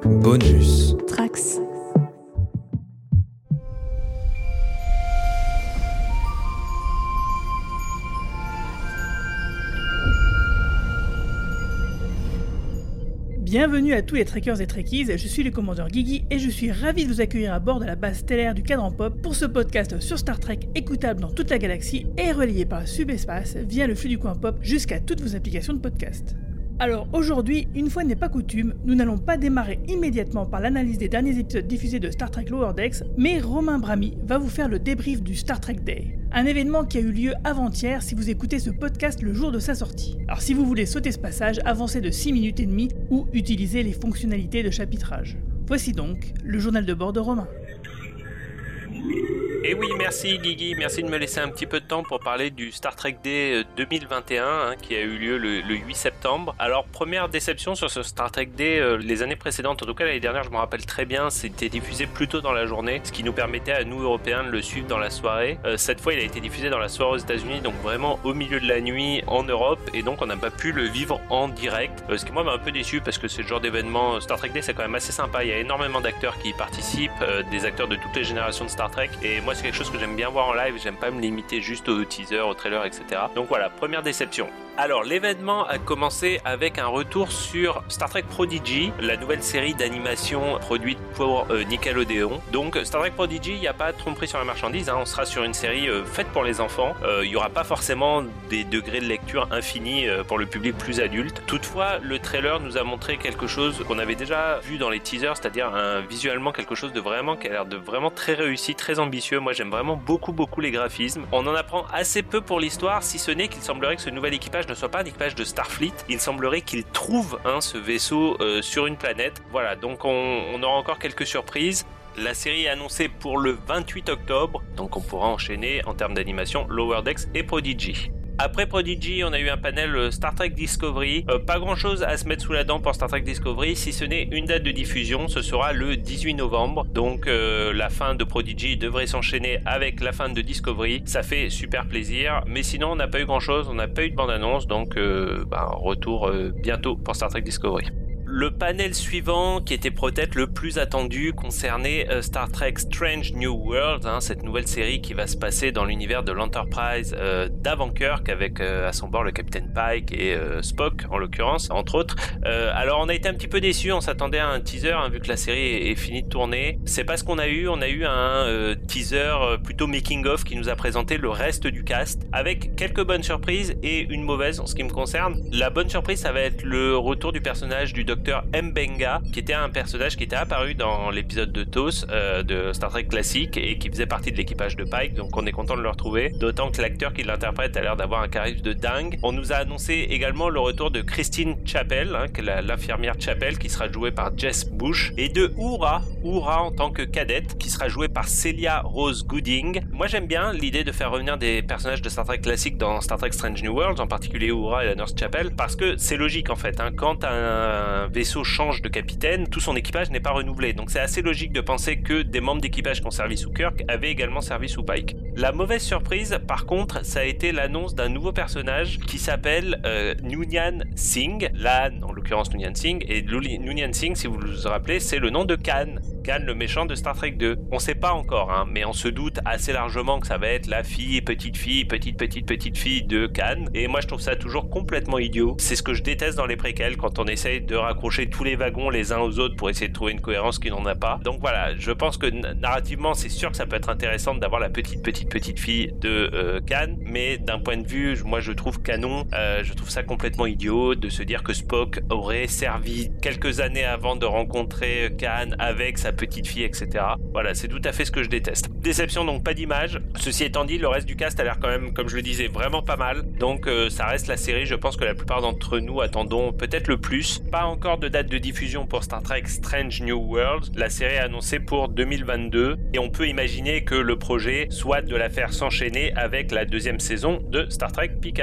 Bonus Trax. Bienvenue à tous les trekkers et trekkies, je suis le commandeur Guigui et je suis ravi de vous accueillir à bord de la base stellaire du Cadran Pop pour ce podcast sur Star Trek écoutable dans toute la galaxie et relayé par le subespace via le flux du coin pop jusqu'à toutes vos applications de podcast. Alors aujourd'hui, une fois n'est pas coutume, nous n'allons pas démarrer immédiatement par l'analyse des derniers épisodes diffusés de Star Trek Lower Decks, mais Romain Bramy va vous faire le débrief du Star Trek Day. Un événement qui a eu lieu avant-hier si vous écoutez ce podcast le jour de sa sortie. Alors si vous voulez sauter ce passage, avancez de 6 minutes et demie ou utilisez les fonctionnalités de chapitrage. Voici donc le journal de bord de Romain. Et oui, merci Guigui, merci de me laisser un petit peu de temps pour parler du Star Trek Day 2021 qui a eu lieu le 8 septembre. Alors, première déception sur ce Star Trek Day, les années précédentes, en tout cas l'année dernière, je me rappelle très bien, c'était diffusé plus tôt dans la journée, ce qui nous permettait à nous Européens de le suivre dans la soirée. Cette fois, il a été diffusé dans la soirée aux États-Unis, donc vraiment au milieu de la nuit en Europe, et donc on n'a pas pu le vivre en direct, ce qui moi m'a un peu déçu parce que c'est le genre d'événement, Star Trek Day c'est quand même assez sympa, il y a énormément d'acteurs qui y participent, des acteurs de toutes les générations de Star Trek, et moi c'est quelque chose que j'aime bien voir en live, j'aime pas me limiter juste au teaser, au trailer, etc. Donc voilà, première déception. Alors l'événement a commencé avec un retour sur Star Trek Prodigy, la nouvelle série d'animation produite pour Nickelodeon. Donc Star Trek Prodigy, il n'y a pas de tromperie sur la marchandise, on sera sur une série faite pour les enfants. Il n'y aura pas forcément des degrés de lecture infinis pour le public plus adulte. Toutefois, le trailer nous a montré quelque chose qu'on avait déjà vu dans les teasers, c'est-à-dire visuellement quelque chose de vraiment qui a l'air de vraiment très réussi, très ambitieux. Moi j'aime vraiment beaucoup les graphismes. On en apprend assez peu pour l'histoire, si ce n'est qu'il semblerait que ce nouvel équipage ne soit pas un équipage de Starfleet. Il semblerait qu'il trouve ce vaisseau sur une planète. Voilà, donc on aura encore quelques surprises. La série est annoncée pour le 28 octobre, donc on pourra enchaîner en termes d'animation Lower Decks et Prodigy. Après Prodigy, on a eu un panel Star Trek Discovery. Pas grand chose à se mettre sous la dent pour Star Trek Discovery, si ce n'est une date de diffusion, ce sera le 18 novembre. Donc la fin de Prodigy devrait s'enchaîner avec la fin de Discovery. Ça fait super plaisir, mais sinon on n'a pas eu grand chose, on n'a pas eu de bande-annonce, donc retour bientôt pour Star Trek Discovery. Le panel suivant, qui était peut-être le plus attendu, concernait Star Trek Strange New Worlds, cette nouvelle série qui va se passer dans l'univers de l'Enterprise d'avant Kirk, avec à son bord le capitaine Pike et Spock, en l'occurrence, entre autres. Alors on a été un petit peu déçus, on s'attendait à un teaser, vu que la série est finie de tourner. C'est pas ce qu'on a eu, on a eu un teaser plutôt making-of qui nous a présenté le reste du cast, avec quelques bonnes surprises et une mauvaise en ce qui me concerne. La bonne surprise, ça va être le retour du personnage du Dr M'Benga, qui était un personnage qui était apparu dans l'épisode de TOS de Star Trek classique et qui faisait partie de l'équipage de Pike, donc on est content de le retrouver, d'autant que l'acteur qui l'interprète a l'air d'avoir un charisme de dingue. On nous a annoncé également le retour de Christine Chapel, qui est l'infirmière Chapel, qui sera jouée par Jess Bush, et de Uhura en tant que cadette, qui sera jouée par Celia Rose Gooding. Moi j'aime bien l'idée de faire revenir des personnages de Star Trek classique dans Star Trek Strange New Worlds, en particulier Uhura et la Nurse Chapel, parce que c'est logique en fait, quand un vaisseau change de capitaine, tout son équipage n'est pas renouvelé. Donc c'est assez logique de penser que des membres d'équipage qui ont servi sous Kirk avaient également servi sous Pike. La mauvaise surprise, par contre, ça a été l'annonce d'un nouveau personnage qui s'appelle Noonien Singh. Là, en l'occurrence Noonien Singh. Et Noonien Singh, si vous vous rappelez, c'est le nom de Khan. Khan, le méchant de Star Trek 2. On sait pas encore, mais on se doute assez largement que ça va être la petite fille de Khan. Et moi, je trouve ça toujours complètement idiot. C'est ce que je déteste dans les préquels, quand on essaye de raccrocher tous les wagons les uns aux autres pour essayer de trouver une cohérence qui n'en a pas. Donc voilà, je pense que narrativement, c'est sûr que ça peut être intéressant d'avoir la petite fille de Khan, mais d'un point de vue, moi je trouve canon, je trouve ça complètement idiot de se dire que Spock aurait servi quelques années avant de rencontrer Khan avec sa petite fille, etc. Voilà, c'est tout à fait ce que je déteste. Déception, donc pas d'image. Ceci étant dit, le reste du cast a l'air quand même, comme je le disais, vraiment pas mal. Donc ça reste la série, je pense que la plupart d'entre nous attendons peut-être le plus. Pas encore de date de diffusion pour Star Trek Strange New Worlds. La série est annoncée pour 2022 et on peut imaginer que le projet soit de la faire s'enchaîner avec la deuxième saison de Star Trek Picard.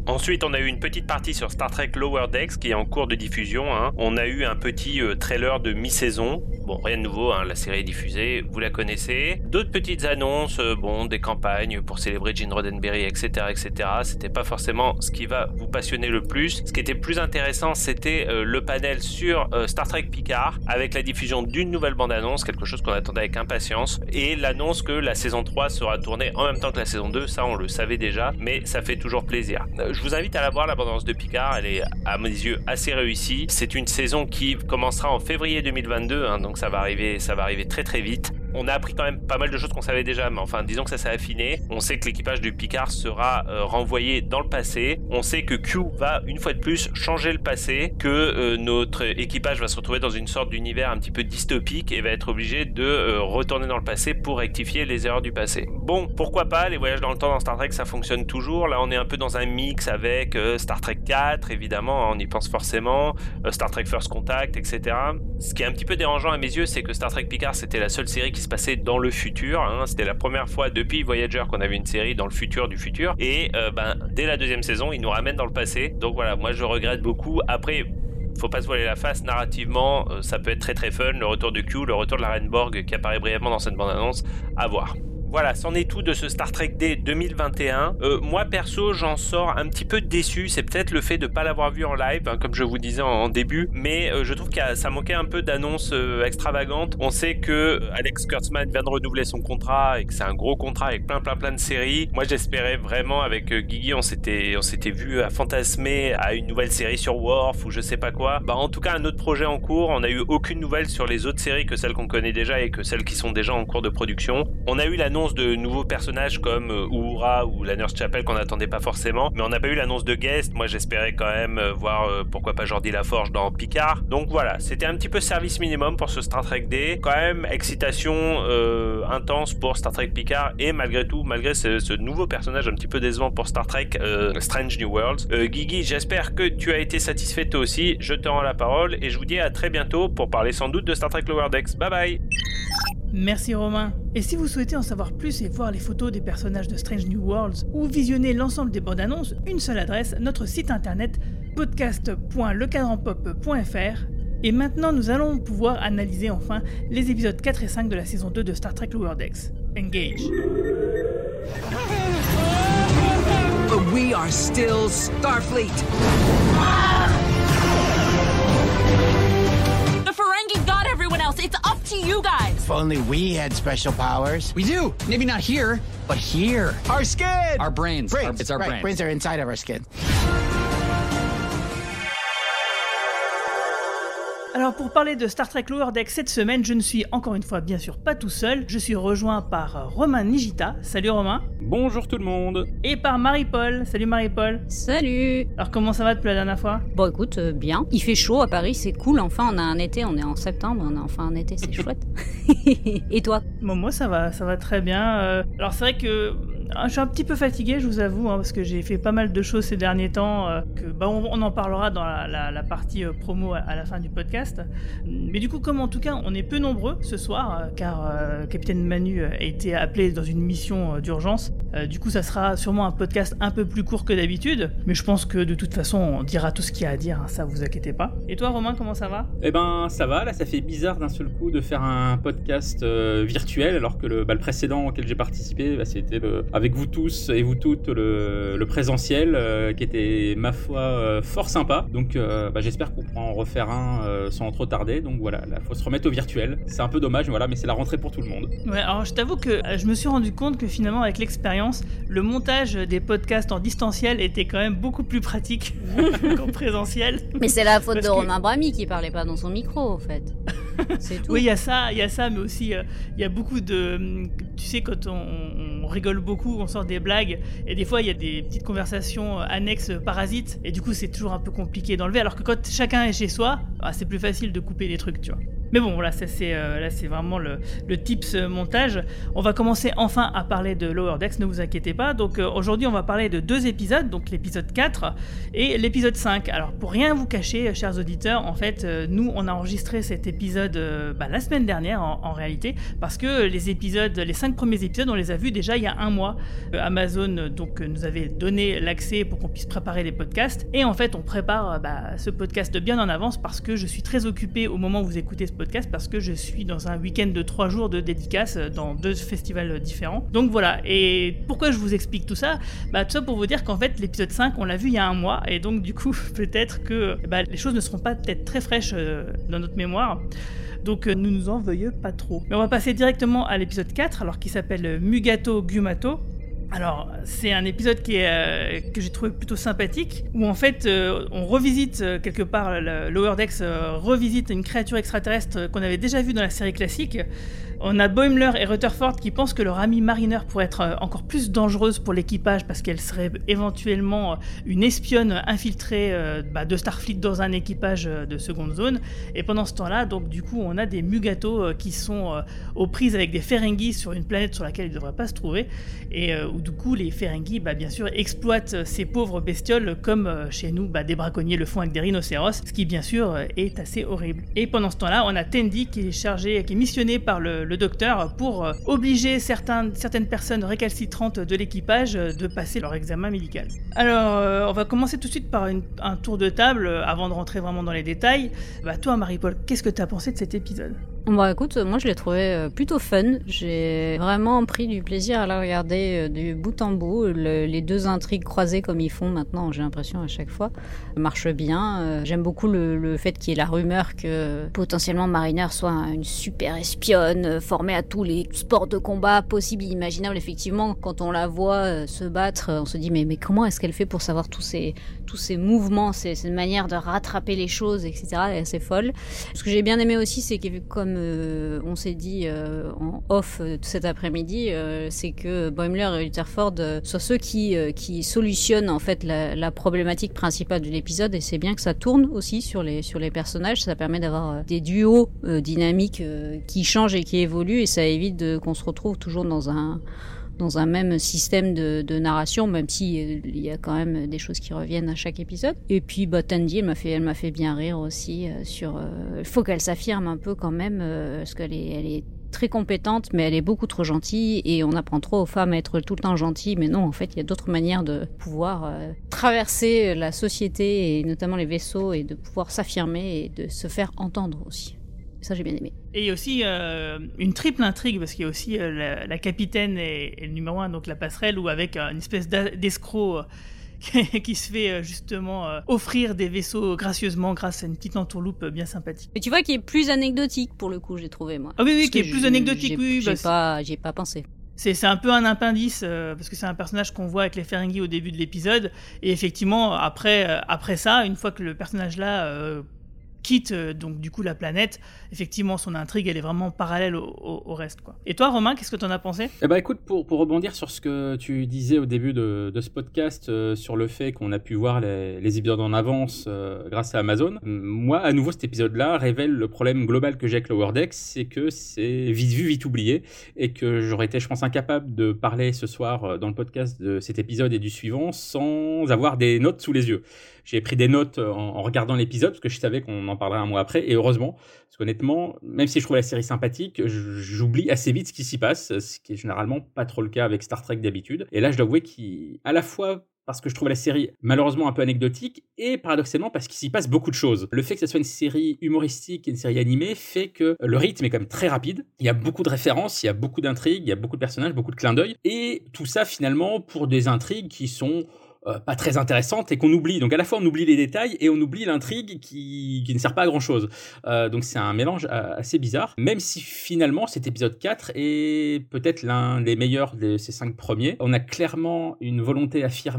Ensuite, on a eu une petite partie sur Star Trek Lower Decks qui est en cours de diffusion. On a eu un petit trailer de mi-saison. Bon, rien de nouveau, la série est diffusée, vous la connaissez. D'autres petites annonces, des campagnes pour célébrer Gene Roddenberry, etc., etc. C'était pas forcément ce qui va vous passionner le plus. Ce qui était plus intéressant, c'était le panel sur Star Trek Picard, avec la diffusion d'une nouvelle bande-annonce, quelque chose qu'on attendait avec impatience, et l'annonce que la saison 3 sera tournée en même temps que la saison 2, ça on le savait déjà, mais ça fait toujours plaisir. Je vous invite à la voir, la bande-annonce de Picard, elle est à mes yeux assez réussie. C'est une saison qui commencera en février 2022, donc ça va arriver très très vite. On a appris quand même pas mal de choses qu'on savait déjà, mais enfin disons que ça s'est affiné. On sait que l'équipage du Picard sera renvoyé dans le passé. On sait que Q va une fois de plus changer le passé, que notre équipage va se retrouver dans une sorte d'univers un petit peu dystopique et va être obligé de retourner dans le passé pour rectifier les erreurs du passé. Bon, pourquoi pas, les voyages dans le temps dans Star Trek ça fonctionne toujours. Là on est un peu dans un mix avec Star Trek 4 évidemment, on y pense forcément, Star Trek First Contact, etc. Ce qui est un petit peu dérangeant à mes yeux, c'est que Star Trek Picard c'était la seule série qui se passait dans le futur, c'était la première fois depuis Voyager qu'on avait une série dans le futur du futur, et dès la deuxième saison ils nous ramènent dans le passé, donc voilà, moi je regrette beaucoup. Après, faut pas se voiler la face, narrativement ça peut être très très fun, le retour de Q, le retour de la Reine Borg qui apparaît brièvement dans cette bande-annonce, à voir. Voilà, c'en est tout de ce Star Trek Day 2021. Moi, perso, j'en sors un petit peu déçu. C'est peut-être le fait de ne pas l'avoir vu en live, comme je vous disais en début. Mais je trouve que ça manquait un peu d'annonces extravagantes. On sait que Alex Kurtzman vient de renouveler son contrat et que c'est un gros contrat avec plein de séries. Moi, j'espérais vraiment, avec Guigui, on s'était vu à fantasmer à une nouvelle série sur Worf ou je sais pas quoi. En tout cas, un autre projet en cours. On n'a eu aucune nouvelle sur les autres séries que celles qu'on connaît déjà et que celles qui sont déjà en cours de production. On a eu l'annonce de nouveaux personnages comme Uhura ou la Nurse Chapel qu'on n'attendait pas forcément, mais on n'a pas eu l'annonce de guest. Moi j'espérais quand même voir pourquoi pas Geordi LaForge dans Picard. Donc voilà, c'était un petit peu service minimum pour ce Star Trek Day. Quand même excitation intense pour Star Trek Picard, et malgré tout, malgré ce nouveau personnage un petit peu décevant pour Star Trek Strange New Worlds. Guigui, j'espère que tu as été satisfait toi aussi. Je te rends la parole et je vous dis à très bientôt pour parler sans doute de Star Trek Lower Decks. Bye bye. Merci Romain. Et si vous souhaitez en savoir plus et voir les photos des personnages de Strange New Worlds ou visionner l'ensemble des bandes annonces, une seule adresse, notre site internet podcast.lecadranpop.fr. Et maintenant nous allons pouvoir analyser enfin les épisodes 4 et 5 de la saison 2 de Star Trek Lower Decks. Engage. But we are still Starfleet. It's up to you guys. If only we had special powers. We do. Maybe not here, but here. Our skin! Our brains. It's our brains. Brains are inside of our skin. Alors pour parler de Star Trek Lower Decks cette semaine, je ne suis encore une fois bien sûr pas tout seul. Je suis rejoint par Romain Nigita. Salut Romain. Bonjour tout le monde. Et par Marie-Paul. Salut Marie-Paul. Salut. Alors comment ça va depuis la dernière fois ? Bon écoute, bien. Il fait chaud à Paris, c'est cool. Enfin on a un été, on est en septembre, on a enfin un été, c'est chouette. Et toi ? Bon, moi ça va très bien. Alors c'est vrai que je suis un petit peu fatigué, je vous avoue, parce que j'ai fait pas mal de choses ces derniers temps, on en parlera dans la partie promo à la fin du podcast. Mais du coup, comme en tout cas on est peu nombreux ce soir, car Capitaine Manu a été appelé dans une mission d'urgence, du coup ça sera sûrement un podcast un peu plus court que d'habitude, mais je pense que de toute façon on dira tout ce qu'il y a à dire, ça vous inquiétez pas. Et toi Romain, comment ça va ? Eh ben ça va, là ça fait bizarre d'un seul coup de faire un podcast virtuel, alors que le précédent auquel j'ai participé, c'était avec vous tous et vous toutes le présentiel, qui était ma foi fort sympa, donc j'espère qu'on pourra en refaire un sans trop tarder. Donc voilà, là faut se remettre au virtuel, c'est un peu dommage, voilà, mais c'est la rentrée pour tout le monde. Ouais, alors je t'avoue que je me suis rendu compte que finalement avec l'expérience, le montage des podcasts en distanciel était quand même beaucoup plus pratique qu'en présentiel. Mais c'est la faute de Romain Bramy qui parlait pas dans son micro en fait. C'est tout. Oui, il y a ça, mais aussi il y a beaucoup de, tu sais, quand on rigole beaucoup, on sort des blagues, et des fois il y a des petites conversations annexes parasites, et du coup c'est toujours un peu compliqué d'enlever, alors que quand chacun est chez soi, c'est plus facile de couper des trucs, tu vois. Mais bon, là c'est vraiment le tips montage. On va commencer enfin à parler de Lower Decks, ne vous inquiétez pas. Donc aujourd'hui on va parler de 2 épisodes, donc l'épisode 4 et l'épisode 5. Alors pour rien vous cacher, chers auditeurs, en fait nous on a enregistré cet épisode la semaine dernière en réalité, parce que les 5 premiers épisodes on les a vus déjà il y a un mois. Amazon donc nous avait donné l'accès pour qu'on puisse préparer les podcasts, et en fait on prépare ce podcast bien en avance parce que je suis très occupé au moment où vous écoutez ce podcast, parce que je suis dans un week-end de 3 jours de dédicaces dans 2 festivals différents. Donc voilà, et pourquoi je vous explique tout ça ? Tout ça pour vous dire qu'en fait l'épisode 5 on l'a vu il y a un mois, et donc du coup peut-être que les choses ne seront pas peut-être très fraîches dans notre mémoire. Donc ne nous en veuillez pas trop. Mais on va passer directement à l'épisode 4, alors qui s'appelle Mugato Gumato. Alors, c'est un épisode que j'ai trouvé plutôt sympathique, où en fait, on revisite quelque part, Lower Decks revisite une créature extraterrestre qu'on avait déjà vue dans la série classique. On a Boimler et Rutherford qui pensent que leur amie Mariner pourrait être encore plus dangereuse pour l'équipage parce qu'elle serait éventuellement une espionne infiltrée de Starfleet dans un équipage de seconde zone. Et pendant ce temps-là, donc du coup, on a des Mugato qui sont aux prises avec des Ferengi sur une planète sur laquelle ils ne devraient pas se trouver, et où du coup les Ferengi, bien sûr, exploitent ces pauvres bestioles comme chez nous, des braconniers le font avec des rhinocéros, ce qui bien sûr est assez horrible. Et pendant ce temps-là, on a Tendi qui est missionné par le docteur pour obliger certaines personnes récalcitrantes de l'équipage de passer leur examen médical. Alors, on va commencer tout de suite par un tour de table avant de rentrer vraiment dans les détails. Toi, Marie-Paul, qu'est-ce que tu as pensé de cet épisode ? Écoute, moi je l'ai trouvé plutôt fun. J'ai vraiment pris du plaisir à la regarder du bout en bout. Les 2 intrigues croisées comme ils font maintenant, j'ai l'impression à chaque fois, marchent bien. J'aime beaucoup le fait qu'il y ait la rumeur que potentiellement Mariner soit une super espionne formée à tous les sports de combat possibles et imaginables. Effectivement, quand on la voit se battre, on se dit mais comment est-ce qu'elle fait pour savoir tous ces mouvements, cette manière de rattraper les choses, etc. Elle est assez folle. Ce que j'ai bien aimé aussi, c'est que comme on s'est dit en off cet après-midi, c'est que Boimler et Rutherford soient ceux qui solutionnent en fait la problématique principale de l'épisode, et c'est bien que ça tourne aussi sur les personnages. Ça permet d'avoir des duos dynamiques qui changent et qui évoluent, et ça évite qu'on se retrouve toujours dans un même système de narration, même si il y a quand même des choses qui reviennent à chaque épisode. Et puis Tendi, elle m'a fait bien rire aussi sur faut qu'elle s'affirme un peu quand même, parce qu'elle est très compétente, mais elle est beaucoup trop gentille, et on apprend trop aux femmes à être tout le temps gentilles, mais non, en fait il y a d'autres manières de pouvoir traverser la société, et notamment les vaisseaux, et de pouvoir s'affirmer et de se faire entendre aussi. Ça, j'ai bien aimé. Et il y a aussi une triple intrigue, parce qu'il y a aussi la capitaine et le numéro 1, donc la passerelle, où avec une espèce d'escroc qui se fait justement offrir des vaisseaux gracieusement grâce à une petite entourloupe bien sympathique. Et tu vois, qui est plus anecdotique pour le coup, j'ai trouvé moi. Ah oui, qui est plus anecdotique, oui. J'y ai pas pensé. C'est un peu un appendice, parce que c'est un personnage qu'on voit avec les Ferengi au début de l'épisode, et effectivement, après ça, une fois que le personnage-là quitte donc du coup la planète, effectivement son intrigue elle est vraiment parallèle au reste, quoi. Et toi Romain, qu'est-ce que t'en as pensé ? Écoute, pour rebondir sur ce que tu disais au début de ce podcast, sur le fait qu'on a pu voir les épisodes en avance grâce à Amazon, moi à nouveau cet épisode-là révèle le problème global que j'ai avec Lower Decks, c'est que c'est vite vu, vite oublié, et que j'aurais été, je pense, incapable de parler ce soir dans le podcast de cet épisode et du suivant sans avoir des notes sous les yeux. J'ai pris des notes en regardant l'épisode, parce que je savais qu'on en parlerait un mois après, et heureusement, parce qu'honnêtement, même si je trouve la série sympathique, j'oublie assez vite ce qui s'y passe, ce qui est généralement pas trop le cas avec Star Trek d'habitude. Et là, je dois avouer qu'à la fois parce que je trouve la série malheureusement un peu anecdotique, et paradoxalement parce qu'il s'y passe beaucoup de choses. Le fait que ce soit une série humoristique et une série animée fait que le rythme est quand même très rapide. Il y a beaucoup de références, il y a beaucoup d'intrigues, il y a beaucoup de personnages, beaucoup de clins d'œil, et tout ça finalement pour des intrigues qui sont pas très intéressante et qu'on oublie. Donc à la fois on oublie les détails et on oublie l'intrigue qui ne sert pas à grand chose. Donc c'est un mélange assez bizarre, même si finalement cet épisode 4 est peut-être l'un des meilleurs de ces 5 premiers. On a clairement une volonté affirmée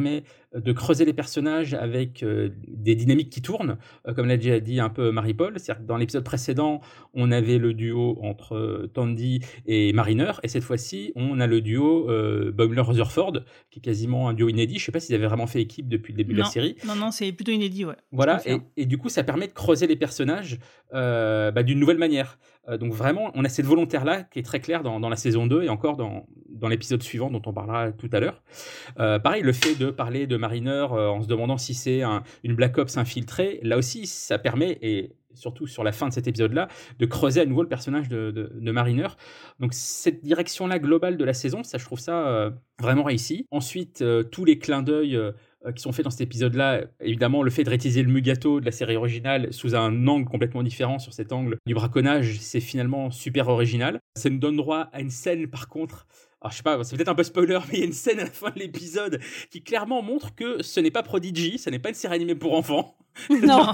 de creuser les personnages avec des dynamiques qui tournent, comme l'a déjà dit un peu Marie-Paul. C'est-à-dire que dans l'épisode précédent, on avait le duo entre Tandy et Mariner, et cette fois-ci, on a le duo Boimler-Rutherford, qui est quasiment un duo inédit. Je ne sais pas s'ils avaient vraiment fait équipe depuis le début de la série. Non, c'est plutôt inédit, ouais. Voilà, et du coup, ça permet de creuser les personnages d'une nouvelle manière. Donc vraiment, on a cette volonté-là qui est très claire dans la saison 2 et encore dans l'épisode suivant dont on parlera tout à l'heure. Pareil, le fait de parler de Mariner en se demandant si c'est une Black Ops infiltrée, là aussi, ça permet, et surtout sur la fin de cet épisode-là, de creuser à nouveau le personnage de Mariner. Donc cette direction-là globale de la saison, ça, je trouve ça vraiment réussi. Ensuite, tous les clins d'œil qui sont faits dans cet épisode-là, évidemment, le fait de réutiliser le Mugato de la série originale sous un angle complètement différent, sur cet angle du braconnage, c'est finalement super original. Ça nous donne droit à une scène, par contre, alors je sais pas, c'est peut-être un peu spoiler, mais il y a une scène à la fin de l'épisode qui clairement montre que ce n'est pas Prodigy, ce n'est pas une série animée pour enfants. Non.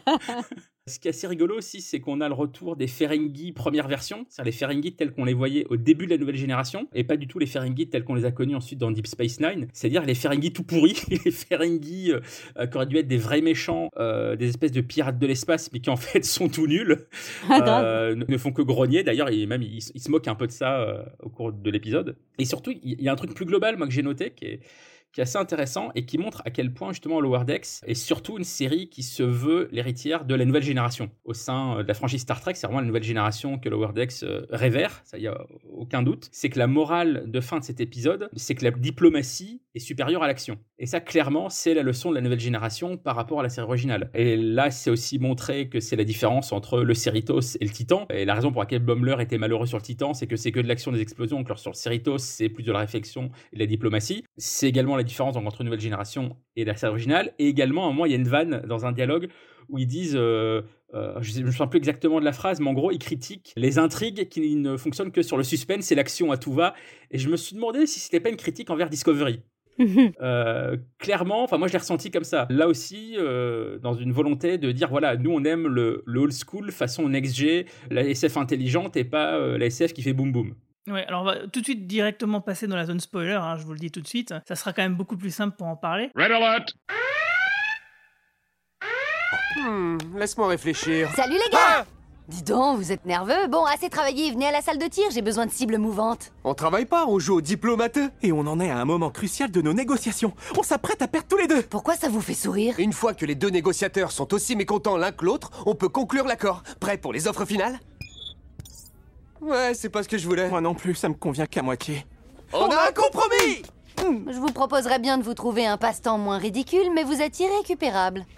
Ce qui est assez rigolo aussi, c'est qu'on a le retour des Ferengi première version, c'est-à-dire les Ferengi tels qu'on les voyait au début de la nouvelle génération, et pas du tout les Ferengi tels qu'on les a connus ensuite dans Deep Space Nine, c'est-à-dire les Ferengi tout pourris, les Ferengi qui auraient dû être des vrais méchants, des espèces de pirates de l'espace, mais qui en fait sont tout nuls, ne font que grogner. D'ailleurs, ils se moquent un peu de ça au cours de l'épisode. Et surtout, il y a un truc plus global, moi, que j'ai noté, qui est assez intéressant et qui montre à quel point justement Lower Decks est surtout une série qui se veut l'héritière de la nouvelle génération. Au sein de la franchise Star Trek, c'est vraiment la nouvelle génération que Lower Decks révère, ça y a aucun doute. C'est que la morale de fin de cet épisode, c'est que la diplomatie est supérieure à l'action. Et ça, clairement, c'est la leçon de la nouvelle génération par rapport à la série originale. Et là, c'est aussi montré que c'est la différence entre le Cerritos et le Titan. Et la raison pour laquelle Boimler était malheureux sur le Titan, c'est que c'est que de l'action, des explosions, alors sur le Cerritos, c'est plus de la réflexion et de la diplomatie. C'est également la différence entre Nouvelle Génération et la série originale. Et également, à un moment, il y a une vanne dans un dialogue où ils disent, je ne me souviens plus exactement de la phrase, mais en gros, ils critiquent les intrigues qui ne fonctionnent que sur le suspense et l'action à tout va. Et je me suis demandé si c'était pas une critique envers Discovery. Clairement, enfin moi je l'ai ressenti comme ça. Là aussi, dans une volonté de dire voilà, nous on aime le old school façon next-G, la SF intelligente et pas la SF qui fait boum boum. Ouais, alors on va tout de suite directement passer dans la zone spoiler, hein, je vous le dis tout de suite. Ça sera quand même beaucoup plus simple pour en parler. Red alert! Laisse-moi réfléchir. Salut les gars! Dis donc, vous êtes nerveux? Bon, assez travaillé, venez à la salle de tir, j'ai besoin de cibles mouvantes. On travaille pas, on joue au diplomateux. Et on en est à un moment crucial de nos négociations. On s'apprête à perdre tous les deux. Pourquoi ça vous fait sourire? Une fois que les deux négociateurs sont aussi mécontents l'un que l'autre, on peut conclure l'accord. Prêt pour les offres finales? Ouais, c'est pas ce que je voulais. Moi non plus, ça me convient qu'à moitié. On a un compromis! Je vous proposerais bien de vous trouver un passe-temps moins ridicule, mais vous êtes irrécupérable.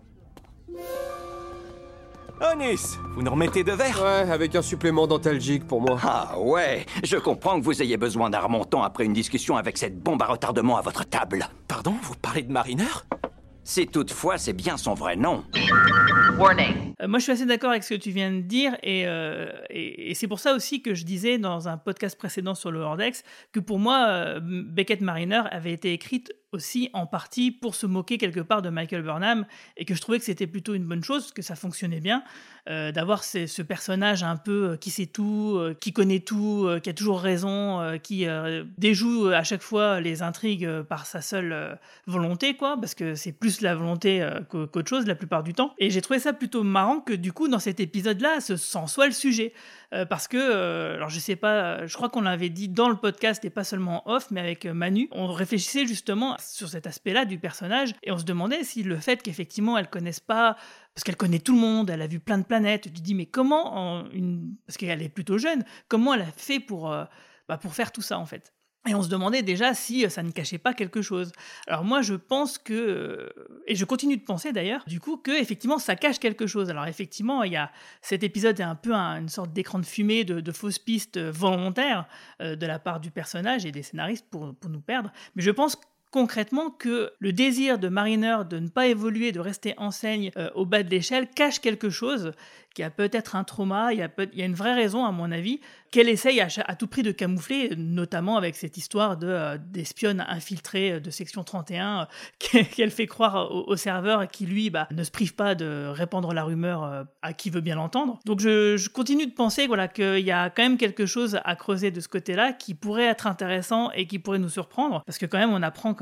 Onus, vous nous remettez deux verres? Ouais, avec un supplément dentalgique pour moi. Ah ouais, je comprends que vous ayez besoin d'un remontant après une discussion avec cette bombe à retardement à votre table. Pardon, vous parlez de Mariner? Si toutefois c'est bien son vrai nom. Warning. Moi, je suis assez d'accord avec ce que tu viens de dire, et c'est pour ça aussi que je disais dans un podcast précédent sur le Lower Decks que pour moi, Beckett Mariner avait été écrite aussi en partie pour se moquer quelque part de Michael Burnham, et que je trouvais que c'était plutôt une bonne chose, que ça fonctionnait bien, d'avoir ce personnage un peu qui sait tout, qui connaît tout, qui a toujours raison, qui déjoue à chaque fois les intrigues par sa seule volonté, quoi, parce que c'est plus la volonté qu'autre chose la plupart du temps. Et j'ai trouvé ça plutôt marrant que du coup, dans cet épisode-là, ce s'en soit le sujet. Parce que, alors je sais pas, je crois qu'on l'avait dit dans le podcast et pas seulement off, mais avec Manu, on réfléchissait justement sur cet aspect-là du personnage et on se demandait si le fait qu'effectivement elle connaisse pas, parce qu'elle connaît tout le monde, elle a vu plein de planètes, tu te dis mais comment, parce qu'elle est plutôt jeune, comment elle a fait pour faire tout ça en fait. Et on se demandait déjà si ça ne cachait pas quelque chose. Alors moi, je pense que, et je continue de penser d'ailleurs, du coup, que effectivement, ça cache quelque chose. Alors effectivement, cet épisode est un peu une sorte d'écran de fumée, de fausses pistes volontaires de la part du personnage et des scénaristes pour nous perdre. Mais je pense concrètement que le désir de Mariner de ne pas évoluer, de rester enseigne au bas de l'échelle, cache quelque chose qui a peut-être un trauma, il y a une vraie raison à mon avis, qu'elle essaye à tout prix de camoufler, notamment avec cette histoire d'espionne infiltrée de section 31 qu'elle fait croire au serveur qui lui ne se prive pas de répandre la rumeur à qui veut bien l'entendre. Donc je continue de penser qu'il y a quand même quelque chose à creuser de ce côté-là qui pourrait être intéressant et qui pourrait nous surprendre, parce que quand même on apprend quand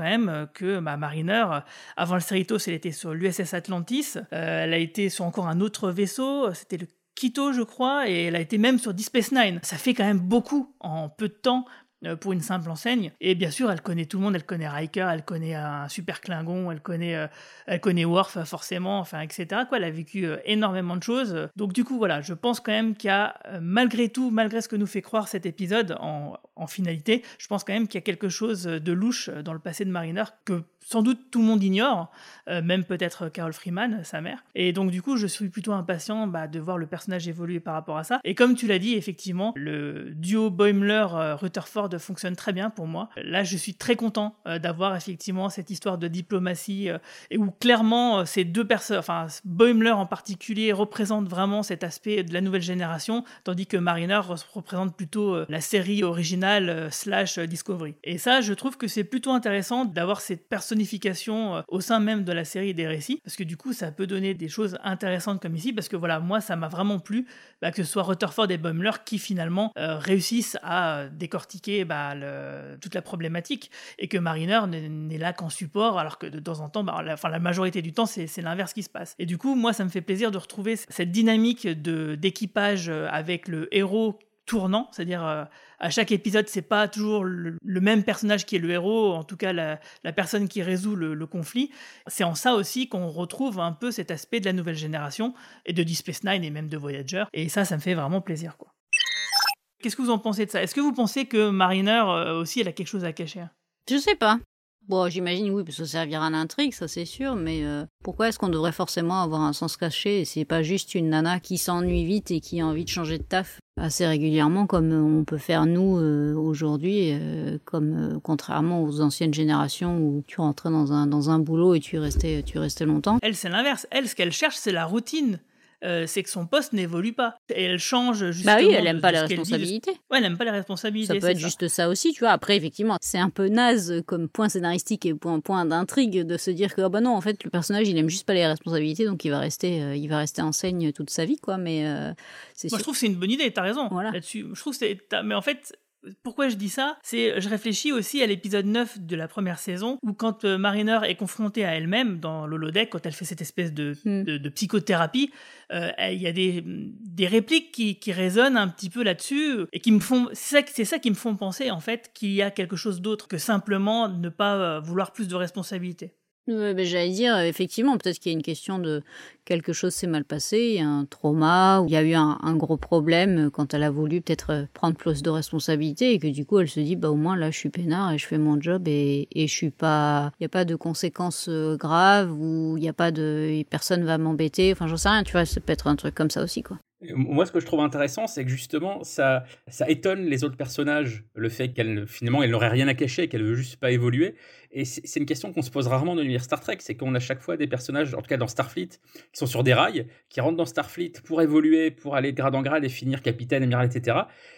quand même que Mariner, avant le Cerritos, elle était sur l'USS Atlantis, elle a été sur encore un autre vaisseau, c'était le Quito, je crois, et elle a été même sur Deep Space Nine. Ça fait quand même beaucoup en peu de temps pour une simple enseigne. Et bien sûr, elle connaît tout le monde, elle connaît Riker, elle connaît un super Klingon, elle connaît Worf forcément, enfin, etc. Quoi. Elle a vécu énormément de choses. Donc du coup, voilà, je pense quand même qu'il y a, malgré tout, malgré ce que nous fait croire cet épisode en finalité, je pense quand même qu'il y a quelque chose de louche dans le passé de Mariner que sans doute tout le monde ignore, même peut-être Carol Freeman, sa mère. Et donc du coup, je suis plutôt impatient de voir le personnage évoluer par rapport à ça. Et comme tu l'as dit, effectivement, le duo Boimler-Rutherford fonctionne très bien pour moi. Là, je suis très content d'avoir effectivement cette histoire de diplomatie et où clairement ces deux personnes, enfin Boimler en particulier, représente vraiment cet aspect de la nouvelle génération, tandis que Mariner représente plutôt la série originale / Discovery. Et ça, je trouve que c'est plutôt intéressant d'avoir cette personnification au sein même de la série des récits, parce que du coup, ça peut donner des choses intéressantes comme ici, parce que voilà, moi, ça m'a vraiment plu que ce soit Rutherford et Boimler qui finalement réussissent à décortiquer toute la problématique, et que Mariner n'est là qu'en support, alors que de temps en temps, la majorité du temps, c'est l'inverse qui se passe. Et du coup, moi, ça me fait plaisir de retrouver cette dynamique d'équipage avec le héros tournant, c'est-à-dire à chaque épisode, c'est pas toujours le même personnage qui est le héros, en tout cas la personne qui résout le conflit. C'est en ça aussi qu'on retrouve un peu cet aspect de la nouvelle génération, et de Deep Space Nine et même de Voyager, et ça me fait vraiment plaisir, quoi. Qu'est-ce que vous en pensez de ça ? Est-ce que vous pensez que Mariner aussi, elle a quelque chose à cacher ? Je sais pas. Bon, j'imagine oui, parce que ça servira à l'intrigue, ça c'est sûr, mais pourquoi est-ce qu'on devrait forcément avoir un sens caché et c'est pas juste une nana qui s'ennuie vite et qui a envie de changer de taf assez régulièrement comme on peut faire nous aujourd'hui, contrairement aux anciennes générations où tu rentrais dans un boulot et tu restais longtemps. Elle, c'est l'inverse. Elle, ce qu'elle cherche, c'est la routine. C'est que son poste n'évolue pas. Et elle change justement. Bah oui, elle aime pas les responsabilités. Ouais, elle aime pas les responsabilités. Ça peut être juste ça aussi, tu vois. Après, effectivement, c'est un peu naze comme point scénaristique et point d'intrigue de se dire que, non, en fait, le personnage, il aime juste pas les responsabilités, donc il va rester enseigne toute sa vie, quoi. Mais c'est sûr. Moi, je trouve que c'est une bonne idée, t'as raison voilà. Là-dessus. Je trouve que mais en fait, pourquoi je dis ça ? Je réfléchis aussi à l'épisode 9 de la première saison, où quand Mariner est confrontée à elle-même dans l'holodeck, quand elle fait cette espèce de psychothérapie, il y a des répliques qui résonnent un petit peu là-dessus, et qui me font... C'est ça qui me font penser, en fait, qu'il y a quelque chose d'autre que simplement ne pas vouloir plus de responsabilité. J'allais dire, effectivement, peut-être qu'il y a une question de quelque chose s'est mal passé, il y a un trauma, ou il y a eu un gros problème quand elle a voulu peut-être prendre plus de responsabilités et que du coup elle se dit, au moins là je suis peinard et je fais mon job et je suis pas, il n'y a pas de conséquences graves ou il y a pas personne va m'embêter, enfin j'en sais rien, tu vois, ça peut être un truc comme ça aussi, quoi. Moi, ce que je trouve intéressant, c'est que justement, ça étonne les autres personnages, le fait qu'elle, finalement, elle n'aurait rien à cacher, qu'elle veut juste pas évoluer. Et c'est une question qu'on se pose rarement dans l'univers Star Trek, c'est qu'on a chaque fois des personnages, en tout cas dans Starfleet, qui sont sur des rails, qui rentrent dans Starfleet pour évoluer, pour aller de grade en grade et finir capitaine, amiral, etc.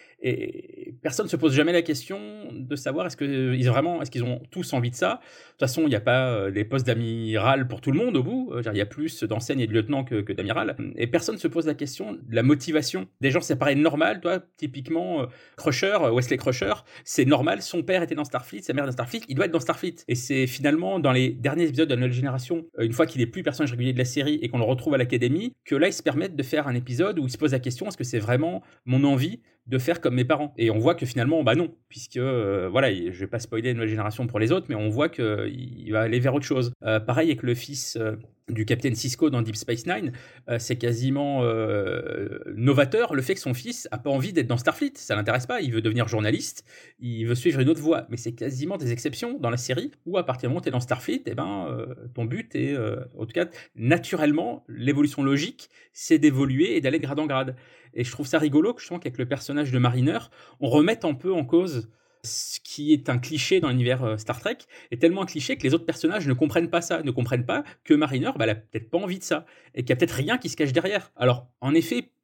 Et personne ne se pose jamais la question de savoir est-ce qu'ils ont tous envie de ça. De toute façon, il n'y a pas des postes d'amiral pour tout le monde au bout. Il y a plus d'enseigne et de lieutenant que d'amiral. Et personne ne se pose la question de la motivation. Des gens, ça paraît normal. Toi, typiquement, Wesley Crusher, c'est normal. Son père était dans Starfleet, sa mère dans Starfleet. Il doit être dans Starfleet. Et c'est finalement dans les derniers épisodes de la nouvelle génération, une fois qu'il n'est plus personnage régulier de la série et qu'on le retrouve à l'académie, que là, ils se permettent de faire un épisode où il se pose la question est-ce que c'est vraiment mon envie de faire comme mes parents. Et on voit que finalement, non, puisque, je vais pas spoiler la nouvelle génération pour les autres, mais on voit qu'il va aller vers autre chose. Pareil avec le fils du capitaine Sisko dans Deep Space Nine, c'est quasiment novateur le fait que son fils a pas envie d'être dans Starfleet, ça l'intéresse pas, il veut devenir journaliste, il veut suivre une autre voie, mais c'est quasiment des exceptions dans la série où à partir du moment où tu es dans Starfleet, ton but est, en tout cas naturellement, l'évolution logique, c'est d'évoluer et d'aller de grade en grade. Et je trouve ça rigolo que je sens qu'avec le personnage de Mariner, on remette un peu en cause ce qui est un cliché dans l'univers Star Trek, est tellement un cliché que les autres personnages ne comprennent pas ça, ne comprennent pas que Mariner, elle a peut-être pas envie de ça, et qu'il y a peut-être rien qui se cache derrière. Alors, en effet,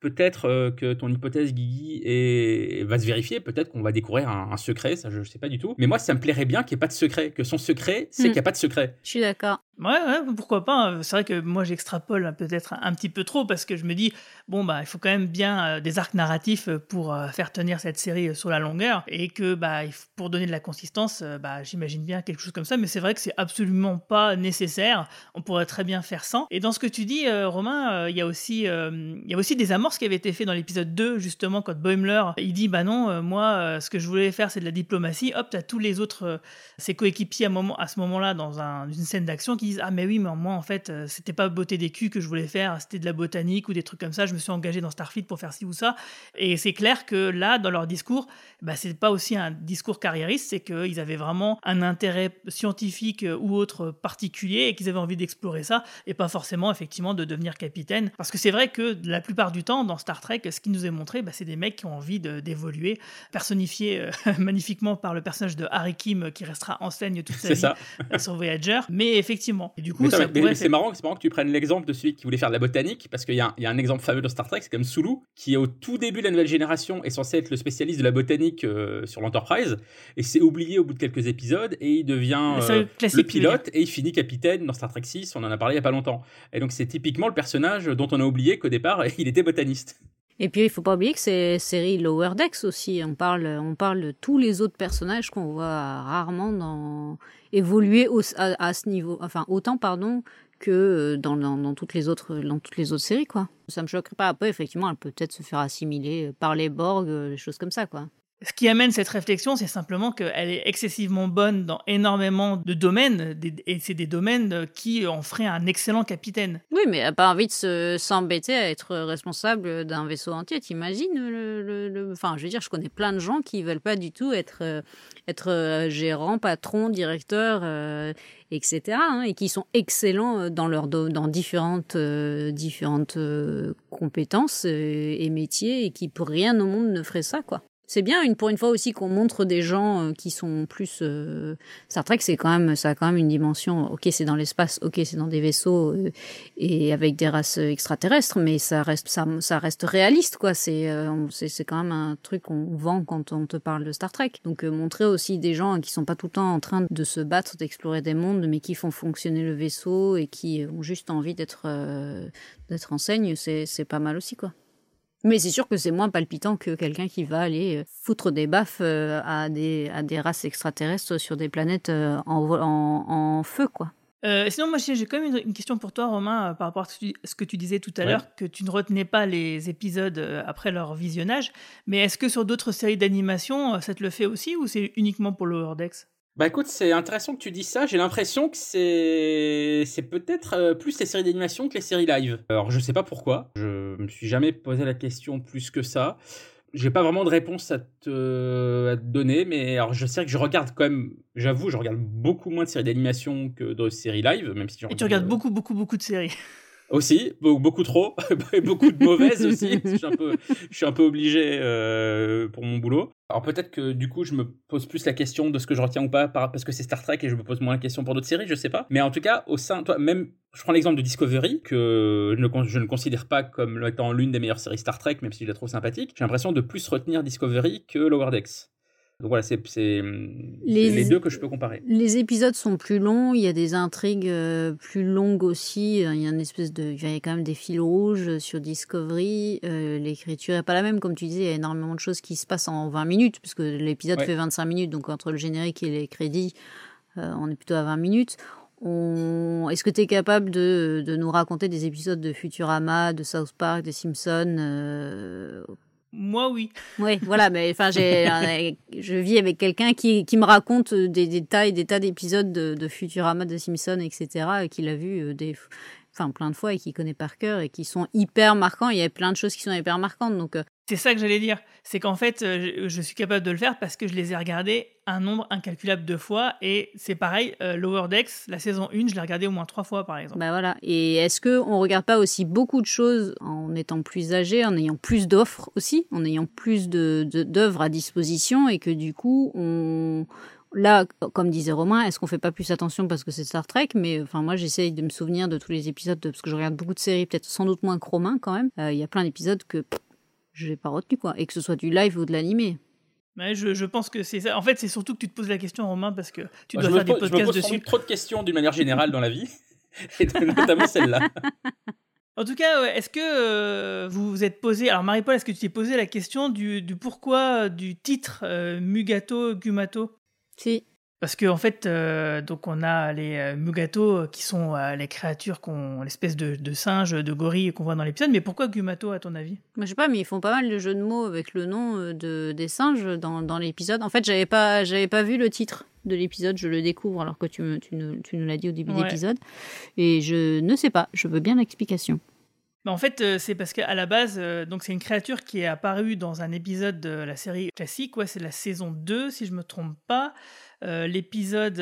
peut-être que ton hypothèse, Guigui, va se vérifier. Peut-être qu'on va découvrir un secret, ça je sais pas du tout. Mais moi, ça me plairait bien qu'il n'y ait pas de secret, que son secret, c'est qu'il n'y a pas de secret. Je suis d'accord. Ouais, pourquoi pas. C'est vrai que moi, j'extrapole peut-être un petit peu trop parce que je me dis, bon, il faut quand même bien des arcs narratifs pour faire tenir cette série sur la longueur et que, pour donner de la consistance, j'imagine bien quelque chose comme ça. Mais c'est vrai que c'est absolument pas nécessaire. On pourrait très bien faire sans. Et dans ce que tu dis, Romain, il y a aussi des amorces qui avaient été faites dans l'épisode 2, justement, quand Boimler, il dit, non, moi, ce que je voulais faire, c'est de la diplomatie. Hop, t'as tous les autres, ses coéquipiers à ce moment-là, dans une scène d'action, qui disent, ah mais oui, mais moi en fait c'était pas botter des culs que je voulais faire, c'était de la botanique ou des trucs comme ça, je me suis engagé dans Starfleet pour faire ci ou ça. Et c'est clair que là, dans leur discours, c'est pas aussi un discours carriériste, c'est qu'ils avaient vraiment un intérêt scientifique ou autre particulier et qu'ils avaient envie d'explorer ça et pas forcément effectivement de devenir capitaine. Parce que c'est vrai que la plupart du temps dans Star Trek, ce qui nous est montré, c'est des mecs qui ont envie d'évoluer, personnifiés magnifiquement par le personnage de Harry Kim qui restera enseigne toute sa vie sur Voyager. Mais effectivement, et du coup, c'est marrant que tu prennes l'exemple de celui qui voulait faire de la botanique, parce qu'il y a un exemple fameux dans Star Trek, c'est comme Sulu, qui au tout début de la nouvelle génération est censé être le spécialiste de la botanique sur l'Enterprise, et c'est oublié au bout de quelques épisodes, et il devient le pilote, et il finit capitaine dans Star Trek 6, on en a parlé il y a pas longtemps. Et donc c'est typiquement le personnage dont on a oublié qu'au départ, il était botaniste. Et puis, il faut pas oublier que c'est série Lower Decks aussi. On parle de tous les autres personnages qu'on voit rarement évoluer à ce niveau, autant que dans toutes les autres séries, quoi. Ça me choquerait pas. Après, effectivement, elle peut peut-être se faire assimiler par les Borg, des choses comme ça, quoi. Ce qui amène cette réflexion, c'est simplement qu'elle est excessivement bonne dans énormément de domaines, et c'est des domaines qui en feraient un excellent capitaine. Oui, mais elle n'a pas envie de s'embêter à être responsable d'un vaisseau entier. T'imagines Enfin, je veux dire, je connais plein de gens qui veulent pas du tout être gérant, patron, directeur, etc. Et qui sont excellents dans différentes compétences et métiers, et qui pour rien au monde ne feraient ça, quoi. C'est bien pour une fois aussi qu'on montre des gens qui sont plus Star Trek, ça a quand même une dimension. Ok, c'est dans l'espace, ok, c'est dans des vaisseaux et avec des races extraterrestres, mais ça reste réaliste, quoi. C'est quand même un truc qu'on vend quand on te parle de Star Trek. Donc montrer aussi des gens qui sont pas tout le temps en train de se battre, d'explorer des mondes, mais qui font fonctionner le vaisseau et qui ont juste envie d'être enseigne, c'est pas mal aussi, quoi. Mais c'est sûr que c'est moins palpitant que quelqu'un qui va aller foutre des baffes à des races extraterrestres sur des planètes en feu, quoi. Sinon, moi, j'ai quand même une question pour toi, Romain, par rapport à ce que tu disais tout à l'heure, que tu ne retenais pas les épisodes après leur visionnage. Mais est-ce que sur d'autres séries d'animation, ça te le fait aussi, ou c'est uniquement pour Lower Decks ? Écoute, c'est intéressant que tu dises ça. J'ai l'impression que c'est peut-être plus les séries d'animation que les séries live. Alors, je sais pas pourquoi. Je me suis jamais posé la question plus que ça. J'ai pas vraiment de réponse à te donner, mais alors je sais que je regarde quand même, j'avoue, je regarde beaucoup moins de séries d'animation que de séries live, même si Et tu regardes beaucoup de séries. Aussi, beaucoup trop, et beaucoup de mauvaises aussi. Je suis un peu obligé pour mon boulot. Alors peut-être que du coup je me pose plus la question de ce que je retiens ou pas parce que c'est Star Trek et je me pose moins la question pour d'autres séries, je sais pas. Mais en tout cas, même je prends l'exemple de Discovery que je ne considère pas comme étant l'une des meilleures séries Star Trek, même si je la trouve sympathique. J'ai l'impression de plus retenir Discovery que Lower Decks. Donc voilà, c'est les deux que je peux comparer. Les épisodes sont plus longs, il y a des intrigues plus longues aussi, il y a quand même des fils rouges sur Discovery, l'écriture est pas la même, comme tu disais, il y a énormément de choses qui se passent en 20 minutes, puisque l'épisode fait 25 minutes, donc entre le générique et les crédits, on est plutôt à 20 minutes. Est-ce que tu es capable de nous raconter des épisodes de Futurama, de South Park, des Simpsons Moi, oui. Oui, voilà, mais je vis avec quelqu'un qui me raconte des tas d'épisodes de Futurama, de Simpsons, etc., et qu'il a vu plein de fois et qu'il connaît par cœur et qui sont hyper marquants. Il y a plein de choses qui sont hyper marquantes, donc. C'est ça que j'allais dire. C'est qu'en fait, je suis capable de le faire parce que je les ai regardés un nombre incalculable de fois. Et c'est pareil, Lower Decks, la saison 1, je l'ai regardé au moins 3 fois, par exemple. Voilà. Et est-ce qu'on ne regarde pas aussi beaucoup de choses en étant plus âgé, en ayant plus d'offres aussi, en ayant plus d'œuvres à disposition et que du coup, on Là, comme disait Romain, est-ce qu'on fait pas plus attention parce que c'est Star Trek? Mais enfin, moi, j'essaye de me souvenir de tous les épisodes parce que je regarde beaucoup de séries, peut-être sans doute moins que Romain quand même. Il y a plein d'épisodes que je n'ai pas retenu, quoi. Et que ce soit du live ou de l'animé. Ouais, je pense que c'est ça. En fait, c'est surtout que tu te poses la question, Romain, parce que tu dois je faire des me podcasts pose dessus. trop de questions d'une manière générale dans la vie, et notamment celle-là. En tout cas, est-ce que vous vous êtes posé... Alors Marie-Paul, est-ce que tu t'es posé la question du pourquoi du titre Mugato, Gumato? Si. Parce qu'en fait, donc on a les Mugato qui sont les créatures, l'espèce de singe, de gorille qu'on voit dans l'épisode. Mais pourquoi Gumato, à ton avis? Moi, je sais pas, mais ils font pas mal de jeux de mots avec le nom des singes dans l'épisode. En fait, j'avais pas vu le titre de l'épisode, je le découvre alors que tu nous l'as dit au début de l'épisode. Et je ne sais pas, je veux bien l'explication. En fait, c'est parce qu'à la base, donc c'est une créature qui est apparue dans un épisode de la série classique, c'est la saison 2, si je me trompe pas. L'épisode...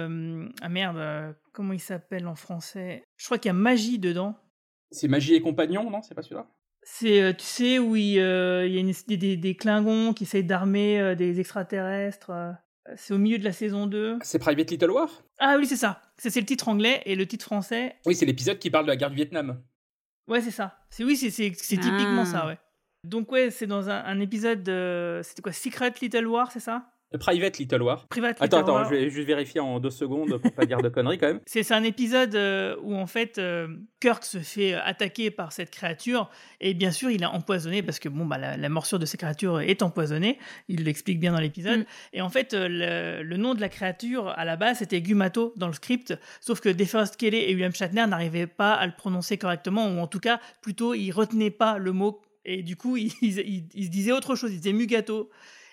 comment il s'appelle en français? Je crois qu'il y a Magie dedans. C'est Magie et Compagnons, non? C'est pas celui-là? C'est, tu sais, où il y a des Klingons qui essayent d'armer des extraterrestres. C'est au milieu de la saison 2. C'est Private Little War? Ah oui, c'est ça. C'est le titre anglais et le titre français... Oui, c'est l'épisode qui parle de la guerre du Vietnam. Ouais, c'est ça. C'est typiquement ça, ouais. Donc ouais, c'est dans un épisode de... C'était quoi? Secret Little War, c'est ça? Private Little War. Attends, je vais juste vérifier en 2 secondes pour pas dire de conneries quand même. C'est un épisode où en fait Kirk se fait attaquer par cette créature et bien sûr il est empoisonné parce que la morsure de cette créature est empoisonnée. Il l'explique bien dans l'épisode. Et en fait le nom de la créature à la base c'était Gumato dans le script, sauf que DeForest Kelley et William Shatner n'arrivaient pas à le prononcer correctement, ou en tout cas plutôt ils retenaient pas le mot et du coup ils se disaient autre chose, ils disaient Mugato.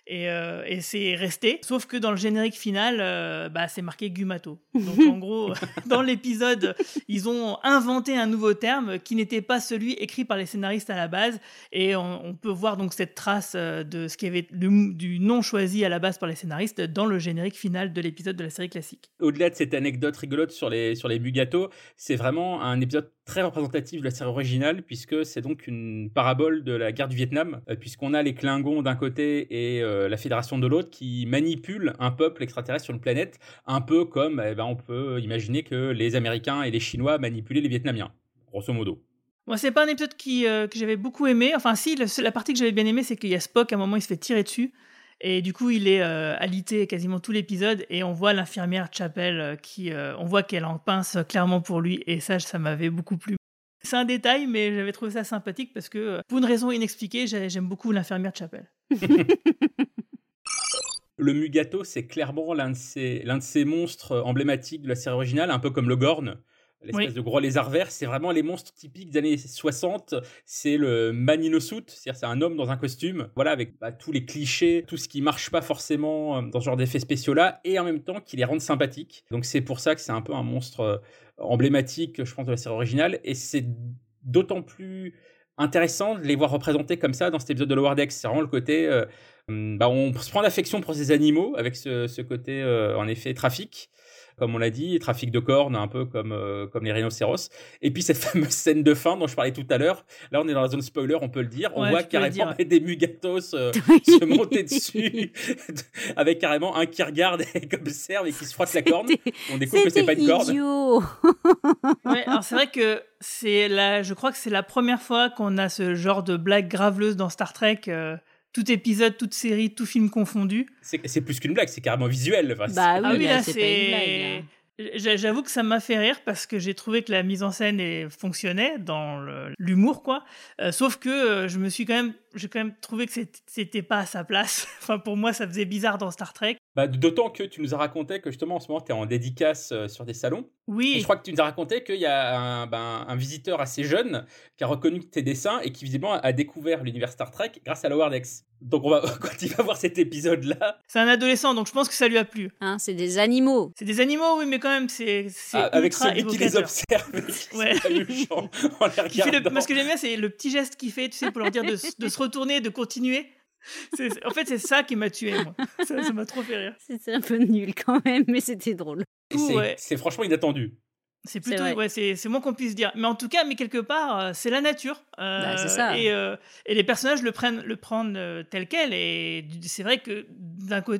Et c'est resté, sauf que dans le générique final, c'est marqué Gumato. Donc en gros, dans l'épisode, ils ont inventé un nouveau terme qui n'était pas celui écrit par les scénaristes à la base, et on peut voir donc cette trace de ce qui avait du nom choisi à la base par les scénaristes dans le générique final de l'épisode de la série classique. Au-delà de cette anecdote rigolote sur les Mugato, c'est vraiment un épisode très représentatif de la série originale, puisque c'est donc une parabole de la guerre du Vietnam, puisqu'on a les Klingons d'un côté et la Fédération de l'autre qui manipulent un peuple extraterrestre sur une planète, un peu comme on peut imaginer que les Américains et les Chinois manipulaient les Vietnamiens, grosso modo. Moi, c'est pas un épisode que j'avais beaucoup aimé. Enfin, si, la partie que j'avais bien aimée, c'est qu'il y a Spock, à un moment, il se fait tirer dessus. Et du coup, il est alité quasiment tout l'épisode. Et on voit l'infirmière Chapel on voit qu'elle en pince clairement pour lui. Et ça m'avait beaucoup plu. C'est un détail, mais j'avais trouvé ça sympathique parce que, pour une raison inexpliquée, j'aime beaucoup l'infirmière Chapel. Le Mugato, c'est clairement l'un de ces monstres emblématiques de la série originale, un peu comme le Gorn, l'espèce de gros lézard vert. C'est vraiment les monstres typiques des années 60. C'est le man in a suit, c'est-à-dire c'est un homme dans un costume, avec tous les clichés, tout ce qui marche pas forcément dans ce genre d'effets spéciaux-là, et en même temps qui les rendent sympathiques. Donc c'est pour ça que c'est un peu un monstre emblématique, je pense, de la série originale, et c'est d'autant plus intéressant de les voir représentés comme ça dans cet épisode de Lower Decks. C'est vraiment le côté... on se prend l'affection pour ces animaux avec ce côté, en effet, trafic. Comme on l'a dit, trafic de cornes, un peu comme les rhinocéros. Et puis cette fameuse scène de fin dont je parlais tout à l'heure. Là, on est dans la zone spoiler, on peut le dire. On voit carrément des Mugatos se monter dessus, avec carrément un qui regarde et qui observe et qui se frotte la corne. On découvre que c'est pas une corne. Ouais, alors c'est vrai que je crois que c'est la première fois qu'on a ce genre de blague graveleuse dans Star Trek. Tout épisode, toute série, tout film confondu. C'est plus qu'une blague, c'est carrément visuel. Oui, là, c'est pas une blague. J'avoue que ça m'a fait rire parce que j'ai trouvé que la mise en scène fonctionnait dans l'humour, quoi. Sauf que j'ai quand même trouvé que c'était pas à sa place. Enfin, pour moi, ça faisait bizarre dans Star Trek. D'autant que tu nous as raconté que justement en ce moment tu es en dédicace sur des salons. Oui. Et je crois que tu nous as raconté qu'il y a un visiteur assez jeune qui a reconnu tes dessins et qui visiblement a découvert l'univers Star Trek grâce à Lower Decks. Donc quand il va voir cet épisode-là... C'est un adolescent, donc je pense que ça lui a plu. C'est des animaux. C'est des animaux, oui, mais quand même, c'est avec ultra celui qui les observe et qui en les regardant. Moi, ce que j'aime bien, c'est le petit geste qu'il fait, tu sais, pour leur dire de se retourner, de continuer. En fait, c'est ça qui m'a tué, moi. Ça m'a trop fait rire. C'était un peu nul quand même, mais c'était drôle. C'est franchement inattendu. C'est plutôt, c'est moins qu'on puisse dire. Mais en tout cas, quelque part, c'est la nature. C'est ça. Et les personnages le prennent tel quel. Et c'est vrai que d'un côté,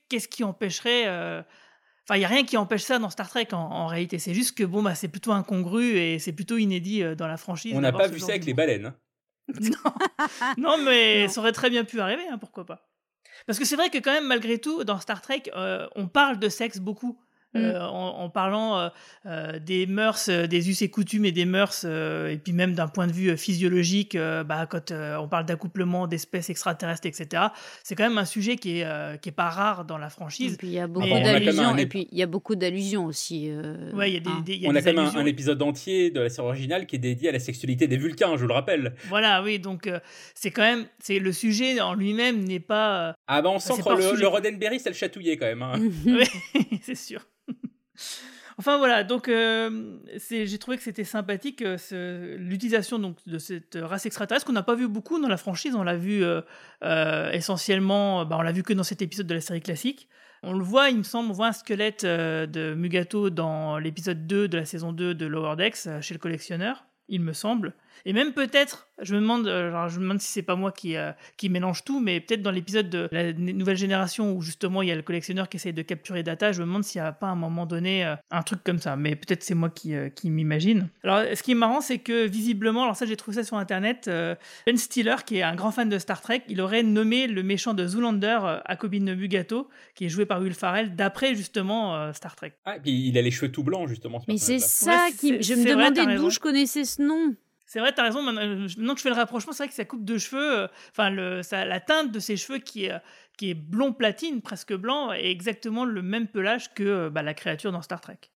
qu'est-ce qui empêcherait... Enfin, il n'y a rien qui empêche ça dans Star Trek en réalité. C'est juste que c'est plutôt incongru et c'est plutôt inédit dans la franchise. On n'a pas vu ça avec les baleines. Non, mais ça aurait très bien pu arriver, hein, pourquoi pas. Parce que c'est vrai que quand même, malgré tout, dans Star Trek, on parle de sexe beaucoup. En parlant des mœurs, des us et coutumes et des mœurs, et puis même d'un point de vue physiologique, quand on parle d'accouplement d'espèces extraterrestres, etc. C'est quand même un sujet qui est pas rare dans la franchise. Et puis il y a beaucoup d'allusions. Et puis il y a beaucoup d'allusions aussi. Ouais, il y a des on a quand même allusions. un épisode entier de la série originale qui est dédié à la sexualité des Vulcains, je vous le rappelle. Voilà, oui, donc c'est le sujet en lui-même n'est pas. On sent que le Roddenberry, ça le chatouillait quand même. Hein. Oui, c'est sûr. Enfin voilà, donc j'ai trouvé que c'était sympathique l'utilisation donc de cette race extraterrestre qu'on n'a pas vu beaucoup dans la franchise. On l'a vu essentiellement, on l'a vu que dans cet épisode de la série classique. On le voit, il me semble, on voit un squelette de Mugato dans l'épisode 2 de la saison 2 de Lower Decks chez le collectionneur, il me semble. Et même peut-être, je me demande si c'est pas moi qui mélange tout, mais peut-être dans l'épisode de la nouvelle génération où justement il y a le collectionneur qui essaye de capturer Data, je me demande s'il n'y a pas à un moment donné un truc comme ça, mais peut-être c'est moi qui m'imagine. Alors ce qui est marrant, c'est que visiblement, alors ça j'ai trouvé ça sur internet, Ben Stiller, qui est un grand fan de Star Trek, il aurait nommé le méchant de Zoolander, Akobin Mugato, qui est joué par Will Ferrell, d'après justement Star Trek. Ah, et puis il a les cheveux tout blancs justement. Mais c'est ça je me demandais d'où je connaissais ce nom. C'est vrai, t'as raison. Maintenant que je fais le rapprochement, c'est vrai que sa coupe de cheveux, la teinte de ses cheveux qui est blond platine, presque blanc, est exactement le même pelage que la créature dans Star Trek.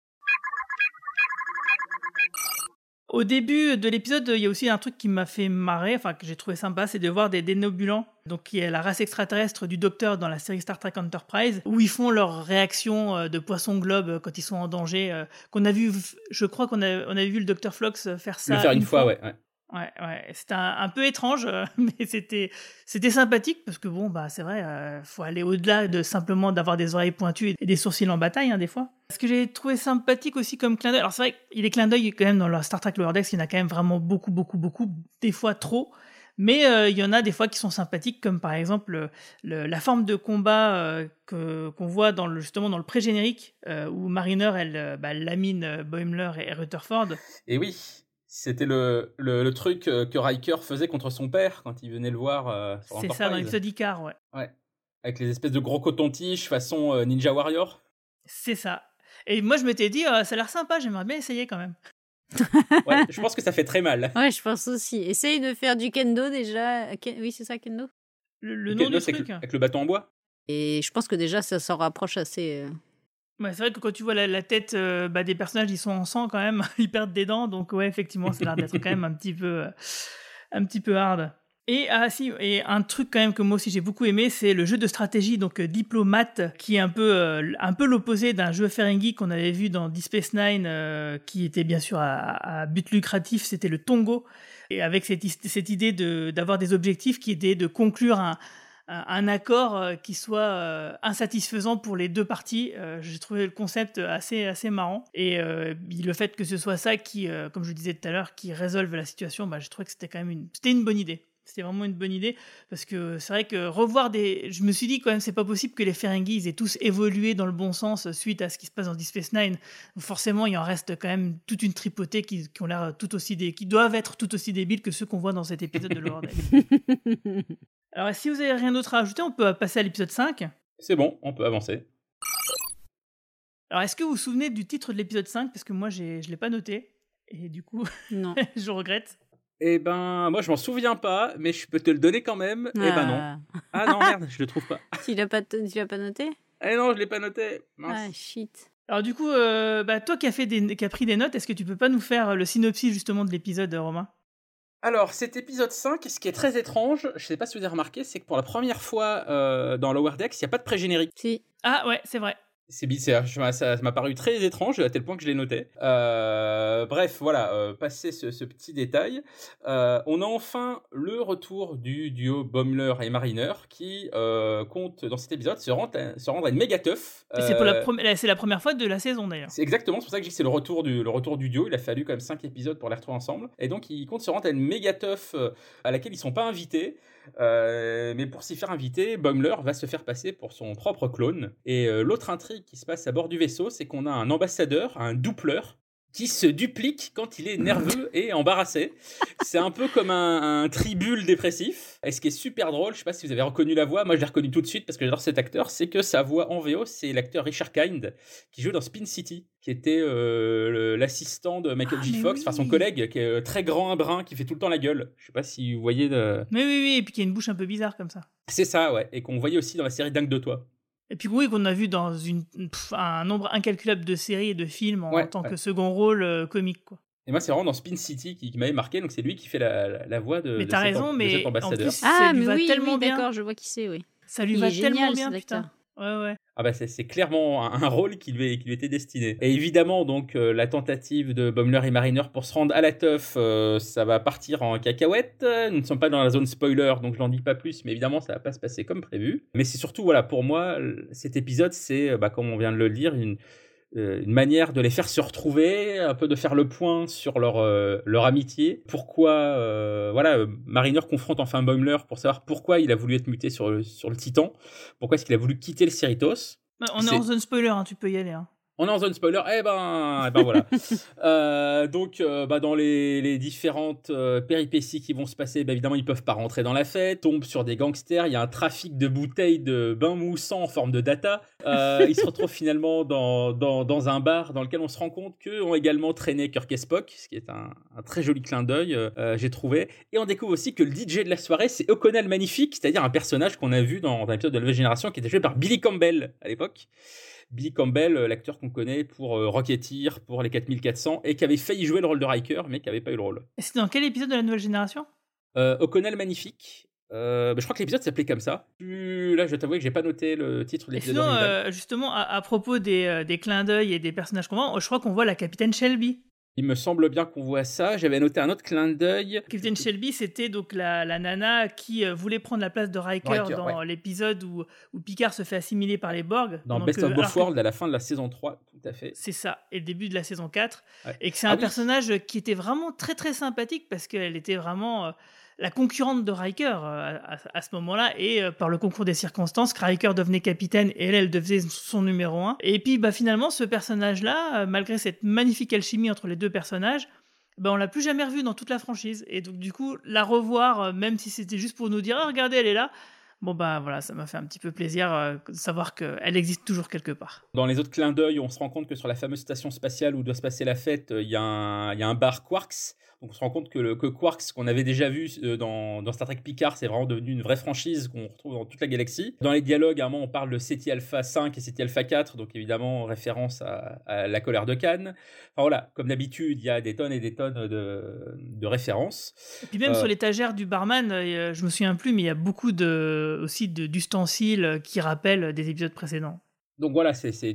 Au début de l'épisode, il y a aussi un truc qui m'a fait marrer, que j'ai trouvé sympa, c'est de voir des dénobulants, donc qui est la race extraterrestre du Docteur dans la série Star Trek Enterprise, où ils font leur réaction de poisson globe quand ils sont en danger. Qu'on a vu, je crois qu'on avait vu le Dr. Phlox faire ça. Le faire une fois, ouais. Ouais, c'était un peu étrange, mais c'était sympathique parce que c'est vrai, faut aller au-delà de simplement d'avoir des oreilles pointues et des sourcils en bataille, des fois. Ce que j'ai trouvé sympathique aussi comme clin d'œil, alors c'est vrai qu'il y a des clins d'œil quand même dans la Star Trek Lower Decks, il y en a quand même vraiment beaucoup, des fois trop, mais il y en a des fois qui sont sympathiques, comme par exemple la forme de combat qu'on voit justement dans le pré-générique, où Mariner, elle lamine Boimler et Rutherford. Et oui. C'était le truc que Riker faisait contre son père quand il venait le voir sur Enterprise. C'est ça, dans l'épisode Icar, ouais. Ouais. Avec les espèces de gros cotons-tiges façon Ninja Warrior. C'est ça. Et moi, je m'étais dit, ça a l'air sympa, j'aimerais bien essayer quand même. Ouais, je pense que ça fait très mal. Ouais, je pense aussi. Essaye de faire du kendo déjà. Oui, c'est ça, kendo. Le nom du truc. Avec le bâton en bois. Et je pense que déjà, ça s'en rapproche assez... Ouais, c'est vrai que quand tu vois la tête des personnages, ils sont en sang quand même, ils perdent des dents, donc ouais, effectivement, ça a l'air d'être quand même un petit peu hard. Et un truc quand même que moi aussi j'ai beaucoup aimé, c'est le jeu de stratégie, donc Diplomate, qui est un peu l'opposé d'un jeu Ferengi qu'on avait vu dans Deep Space Nine, qui était bien sûr à but lucratif, c'était le Tongo, et avec cette idée d'avoir des objectifs qui étaient de conclure un accord qui soit insatisfaisant pour les deux parties. J'ai trouvé le concept assez marrant. Et le fait que ce soit ça qui, comme je le disais tout à l'heure, qui résolve la situation, j'ai trouvé que c'était quand même une bonne idée. C'était vraiment une bonne idée, parce que c'est vrai que je me suis dit quand même, c'est pas possible que les Ferengi ils aient tous évolué dans le bon sens suite à ce qui se passe dans Deep Space Nine. Forcément, il en reste quand même toute une tripotée qui ont l'air qui doivent être tout aussi débiles que ceux qu'on voit dans cet épisode de Lower Decks. Alors, si vous avez rien d'autre à ajouter, on peut passer à l'épisode 5. C'est bon, on peut avancer. Alors, est-ce que vous vous souvenez du titre de l'épisode 5 ? Parce que moi, je l'ai pas noté. Et du coup, non. Je regrette. Eh ben, moi, je m'en souviens pas, mais je peux te le donner quand même. Eh ben non. Ah non, merde, je le trouve pas. Tu l'as pas noté ? Eh non, je l'ai pas noté. Mince. Ah, shit. Alors du coup, toi qui as pris des notes, est-ce que tu peux pas nous faire le synopsis justement de l'épisode, Romain ? Alors, cet épisode 5, ce qui est très étrange, je sais pas si vous avez remarqué, c'est que pour la première fois dans Lower Decks, il n'y a pas de pré-générique. Si. Ah ouais, c'est vrai. Ça m'a paru très étrange à tel point que je l'ai noté. Bref, voilà, passé ce petit détail, on a enfin le retour du duo Boimler et Mariner qui compte dans cet épisode se rendre à une méga teuf. C'est la première fois de la saison d'ailleurs. C'est exactement, c'est pour ça que je dis que c'est le retour du duo. Il a fallu quand même 5 épisodes pour les retrouver ensemble. Et donc ils comptent se rendre à une méga teuf à laquelle ils sont pas invités. Mais pour s'y faire inviter, Boimler va se faire passer pour son propre clone. Et l'autre intrigue qui se passe à bord du vaisseau, c'est qu'on a un ambassadeur, un doubleur, qui se duplique quand il est nerveux et embarrassé. C'est un peu comme un tribule dépressif. Et ce qui est super drôle, je sais pas si vous avez reconnu la voix, moi je l'ai reconnu tout de suite parce que j'adore cet acteur, c'est que sa voix en VO, c'est l'acteur Richard Kind, qui joue dans Spin City, qui était l'assistant de Michael J. Fox, enfin son collègue, qui est très grand, brun, qui fait tout le temps la gueule. Je sais pas si vous voyez... Mais oui, et puis qui a une bouche un peu bizarre comme ça. C'est ça, ouais, et qu'on voyait aussi dans la série Dingue de toi. Et puis oui, qu'on a vu dans un nombre incalculable de séries et de films en tant que second rôle comique, quoi. Et moi, c'est vraiment dans Spin City qui m'avait marqué, donc c'est lui qui fait la voix de mais t'as raison, mais cet ambassadeur. En plus, ça lui va tellement bien. D'accord, je vois qui c'est, oui. Ça lui va tellement bien, putain. Ouais. Ah bah c'est clairement un rôle qui lui était destiné. Et évidemment, donc, la tentative de Boimler et Mariner pour se rendre à la teuf, ça va partir en cacahuète. Nous ne sommes pas dans la zone spoiler, donc je n'en dis pas plus, mais évidemment, ça va pas se passer comme prévu. Mais c'est surtout, voilà, pour moi, cet épisode, c'est, comme on vient de le dire, une manière de les faire se retrouver, un peu de faire le point sur leur amitié. Pourquoi, Mariner confronte enfin Boimler pour savoir pourquoi il a voulu être muté sur le Titan. Pourquoi est-ce qu'il a voulu quitter le Cerritos. On est en zone spoiler, tu peux y aller. On est en zone spoiler, eh ben voilà. Donc, dans les différentes péripéties qui vont se passer, évidemment, ils peuvent pas rentrer dans la fête, tombent sur des gangsters, il y a un trafic de bouteilles de bain moussant en forme de data. Ils se retrouvent finalement dans un bar dans lequel on se rend compte qu'eux ont également traîné Kirk et Spock, ce qui est un très joli clin d'œil, j'ai trouvé. Et on découvre aussi que le DJ de la soirée, c'est O'Connell Magnifique, c'est-à-dire un personnage qu'on a vu dans un épisode de la Nouvelle Génération qui était joué par Billy Campbell à l'époque. Billy Campbell, l'acteur qu'on connaît pour Rocketeer, pour les 4400, et qui avait failli jouer le rôle de Riker, mais qui n'avait pas eu le rôle. Et c'est dans quel épisode de la Nouvelle Génération ? O'Connell Magnifique. Je crois que l'épisode s'appelait comme ça. Là, je t'avoue que j'ai pas noté le titre de l'épisode. Et sinon, justement, à propos des clins d'œil et des personnages qu'on voit, je crois qu'on voit la capitaine Shelby. Il me semble bien qu'on voit ça. J'avais noté un autre clin d'œil. Capitaine Shelby, c'était donc la nana qui voulait prendre la place de Riker dans l'épisode où Picard se fait assimiler par les Borg. Dans donc, Best of Both Worlds, à la fin de la saison 3, tout à fait. C'est ça, et début de la saison 4. Ouais. Et que c'est un personnage qui était vraiment très très sympathique parce qu'elle était vraiment... la concurrente de Riker à ce moment-là, et par le concours des circonstances, Riker devenait capitaine et elle devenait son numéro 1. Et puis finalement, ce personnage-là, malgré cette magnifique alchimie entre les deux personnages, on l'a plus jamais revu dans toute la franchise. Et donc du coup, la revoir, même si c'était juste pour nous dire « regardez, elle est là », voilà, ça m'a fait un petit peu plaisir de savoir qu'elle existe toujours quelque part. Dans les autres clins d'œil, on se rend compte que sur la fameuse station spatiale où doit se passer la fête, il y a un bar Quarks. Donc on se rend compte que Quarks, qu'on avait déjà vu dans Star Trek Picard, c'est vraiment devenu une vraie franchise qu'on retrouve dans toute la galaxie. Dans les dialogues, à un moment, on parle de Ceti Alpha 5 et Ceti Alpha 4, donc évidemment, référence à la colère de Khan. Enfin voilà, comme d'habitude, il y a des tonnes et des tonnes de références. Et puis même sur l'étagère du barman, je me souviens plus, mais il y a beaucoup aussi d'ustensiles qui rappellent des épisodes précédents. Donc voilà, c'est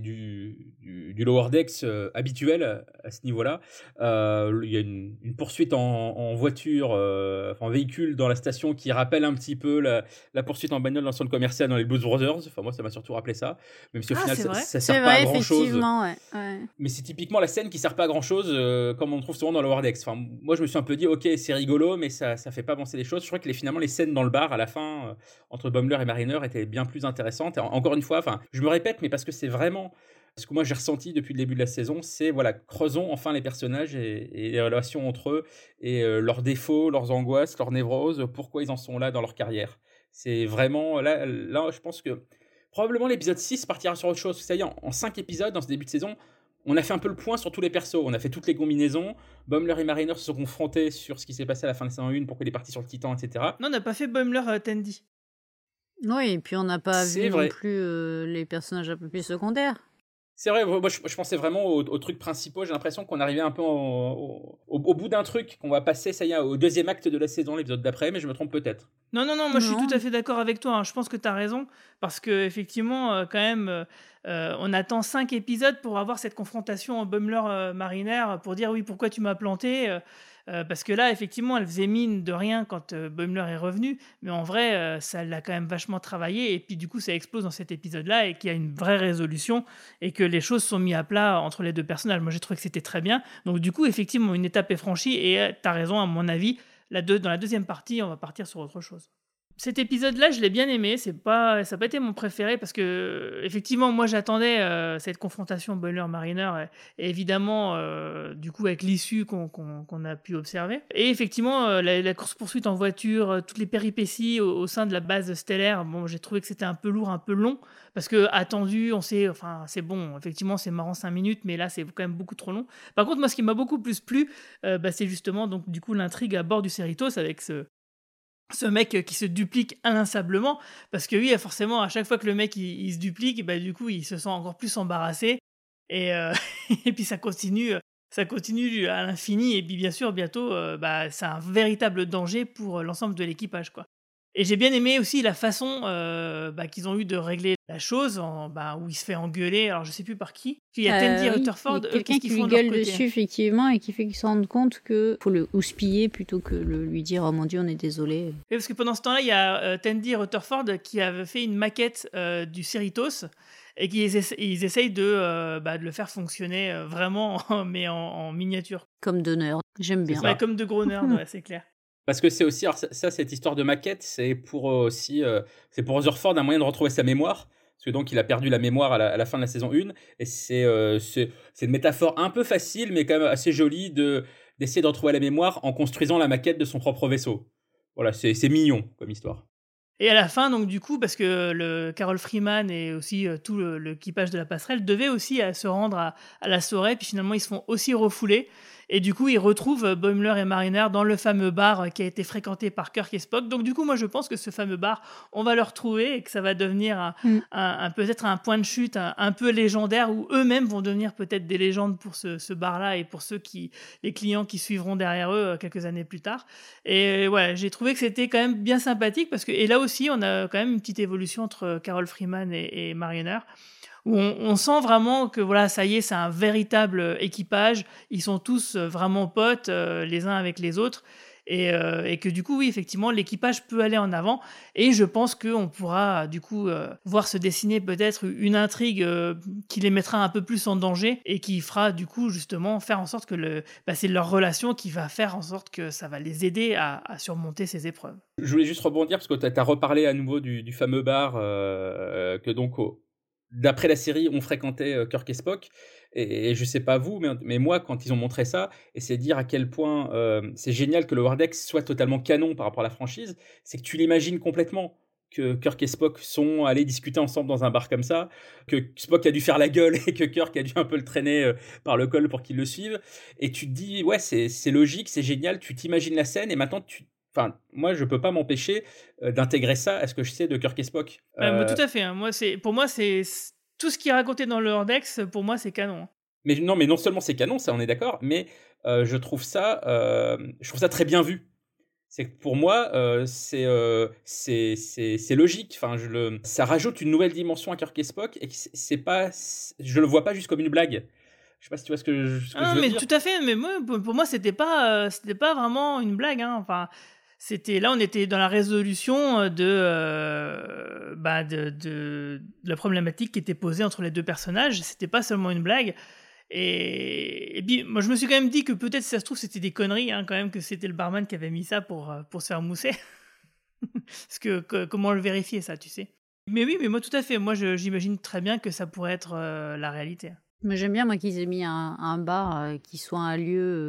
du Lower Decks habituel à ce niveau-là. Il y a une poursuite en voiture, en véhicule dans la station qui rappelle un petit peu la poursuite en bagnole dans le centre commercial dans les Blues Brothers. Enfin, moi, ça m'a surtout rappelé ça. Même si au final, ça sert pas à grand-chose. Ouais. Mais c'est typiquement la scène qui sert pas à grand-chose, comme on le trouve souvent dans Lower Decks. Enfin, moi, je me suis un peu dit, ok, c'est rigolo, mais ça fait pas avancer les choses. Je crois que finalement, les scènes dans le bar, à la fin, entre Boimler et Mariner, étaient bien plus intéressantes. Et encore une fois, je me répète, mais parce que c'est vraiment ce que moi j'ai ressenti depuis le début de la saison, c'est creusons enfin les personnages et les relations entre eux et leurs défauts, leurs angoisses, leurs névroses, pourquoi ils en sont là dans leur carrière. C'est vraiment là je pense que probablement l'épisode 6 partira sur autre chose. Ça y est, en 5 épisodes dans ce début de saison, on a fait un peu le point sur tous les persos, on a fait toutes les combinaisons. Boimler et Mariner se sont confrontés sur ce qui s'est passé à la fin de la saison 1, pourquoi il est parti sur le Titan, etc. Non, on n'a pas fait Boimler-Tandy. Oui, et puis on n'a pas vu non plus les personnages un peu plus secondaires. C'est vrai, moi je pensais vraiment aux trucs principaux. J'ai l'impression qu'on arrivait un peu au bout d'un truc, qu'on va passer, ça y est, au deuxième acte de la saison, l'épisode d'après, mais je me trompe peut-être. Non, moi je suis tout à fait d'accord avec toi. Je pense que tu as raison, parce qu'effectivement, quand même, on attend 5 épisodes pour avoir cette confrontation Bumler-Mariner, pour dire oui, pourquoi tu m'as planté parce que là, effectivement, elle faisait mine de rien quand Bumler est revenu, mais en vrai, ça l'a quand même vachement travaillé, et puis du coup, ça explose dans cet épisode-là, et qu'il y a une vraie résolution, et que les choses sont mises à plat entre les deux personnages. Moi, j'ai trouvé que c'était très bien. Donc du coup, effectivement, une étape est franchie, et tu as raison, à mon avis, dans la deuxième partie, on va partir sur autre chose. Cet épisode-là, je l'ai bien aimé. Ça n'a pas été mon préféré parce que, effectivement, moi, j'attendais cette confrontation Bumler-Mariner, et évidemment, du coup, avec l'issue qu'on a pu observer. Et effectivement, la course-poursuite en voiture, toutes les péripéties au sein de la base stellaire, bon, j'ai trouvé que c'était un peu lourd, un peu long, parce que attendu, on sait, enfin, c'est bon, effectivement, c'est marrant 5 minutes, mais là, c'est quand même beaucoup trop long. Par contre, moi, ce qui m'a beaucoup plus plu, c'est justement, donc, du coup, l'intrigue à bord du Cerritos avec ce mec qui se duplique inlassablement, parce que oui, forcément, à chaque fois que le mec il se duplique, bah, du coup, il se sent encore plus embarrassé, et, et puis ça continue à l'infini, et puis bien sûr, bientôt, c'est un véritable danger pour l'ensemble de l'équipage, quoi. Et j'ai bien aimé aussi la façon qu'ils ont eu de régler la chose, où il se fait engueuler, alors je sais plus par qui. Puis il y a Tandy Rutherford, quelqu'un qui lui gueule dessus, effectivement, et qui fait qu'il se rende compte qu'il faut le houspiller plutôt que lui dire « Oh mon Dieu, on est désolé ». Et parce que pendant ce temps-là, il y a Tandy Rutherford qui avait fait une maquette du Cerritos, et ils essayent de le faire fonctionner vraiment, mais en miniature. Comme de nerd, j'aime bien. Ouais, comme de gros nerds, ouais, c'est clair. Parce que c'est aussi, alors ça, cette histoire de maquette, c'est pour Rutherford un moyen de retrouver sa mémoire, parce que donc il a perdu la mémoire à la fin de la saison 1, et c'est une métaphore un peu facile, mais quand même assez jolie d'essayer de retrouver la mémoire en construisant la maquette de son propre vaisseau. Voilà, c'est mignon comme histoire. Et à la fin, donc du coup, parce que le Carol Freeman et aussi tout l'équipage de la passerelle devaient aussi se rendre à la soirée, puis finalement ils se font aussi refouler. Et du coup, ils retrouvent Bumler et Mariner dans le fameux bar qui a été fréquenté par Kirk et Spock. Donc du coup, moi je pense que ce fameux bar, on va le retrouver et que ça va devenir peut-être un point de chute un peu légendaire, où eux-mêmes vont devenir peut-être des légendes pour ce bar-là et pour les clients qui suivront derrière eux quelques années plus tard. Et ouais, j'ai trouvé que c'était quand même bien sympathique, parce que, et là aussi, on a quand même une petite évolution entre Carol Freeman et Mariner, où on sent vraiment que voilà, ça y est, c'est un véritable équipage, ils sont tous vraiment potes les uns avec les autres, et que du coup, oui, effectivement, l'équipage peut aller en avant, et je pense qu'on pourra du coup voir se dessiner peut-être une intrigue qui les mettra un peu plus en danger, et qui fera du coup justement faire en sorte que c'est leur relation qui va faire en sorte que ça va les aider à surmonter ces épreuves. Je voulais juste rebondir, parce que tu as reparlé à nouveau du fameux bar que donc... D'après la série, on fréquentait Kirk et Spock, et je sais pas vous, mais moi, quand ils ont montré ça, et c'est dire à quel point c'est génial que le Lower Decks soit totalement canon par rapport à la franchise, c'est que tu l'imagines complètement, que Kirk et Spock sont allés discuter ensemble dans un bar comme ça, que Spock a dû faire la gueule et que Kirk a dû un peu le traîner par le col pour qu'il le suive, et tu te dis, ouais, c'est logique, c'est génial, tu t'imagines la scène, et maintenant Enfin, moi, je peux pas m'empêcher d'intégrer ça à ce que je sais de Kirk et Spock. Tout à fait. Hein. Pour moi, c'est tout ce qui est raconté dans le Hordex. Pour moi, c'est canon. Mais non seulement c'est canon, ça, on est d'accord. Mais je trouve ça très bien vu. C'est que pour moi, c'est logique. Enfin, ça rajoute une nouvelle dimension à Kirk et Spock, et je le vois pas juste comme une blague. Je sais pas si tu vois ce que je veux dire. Tout à fait. Mais moi, pour moi, c'était pas vraiment une blague. Hein. Enfin. Là, on était dans la résolution de la problématique qui était posée entre les deux personnages. C'était pas seulement une blague. Et puis, moi, je me suis quand même dit que peut-être, si ça se trouve, c'était des conneries, hein, quand même, que c'était le barman qui avait mis ça pour se faire mousser. Parce que comment le vérifier, ça, tu sais. Mais oui, mais moi, tout à fait. Moi, j'imagine très bien que ça pourrait être la réalité. Mais j'aime bien, moi, qu'ils aient mis un bar qui soit un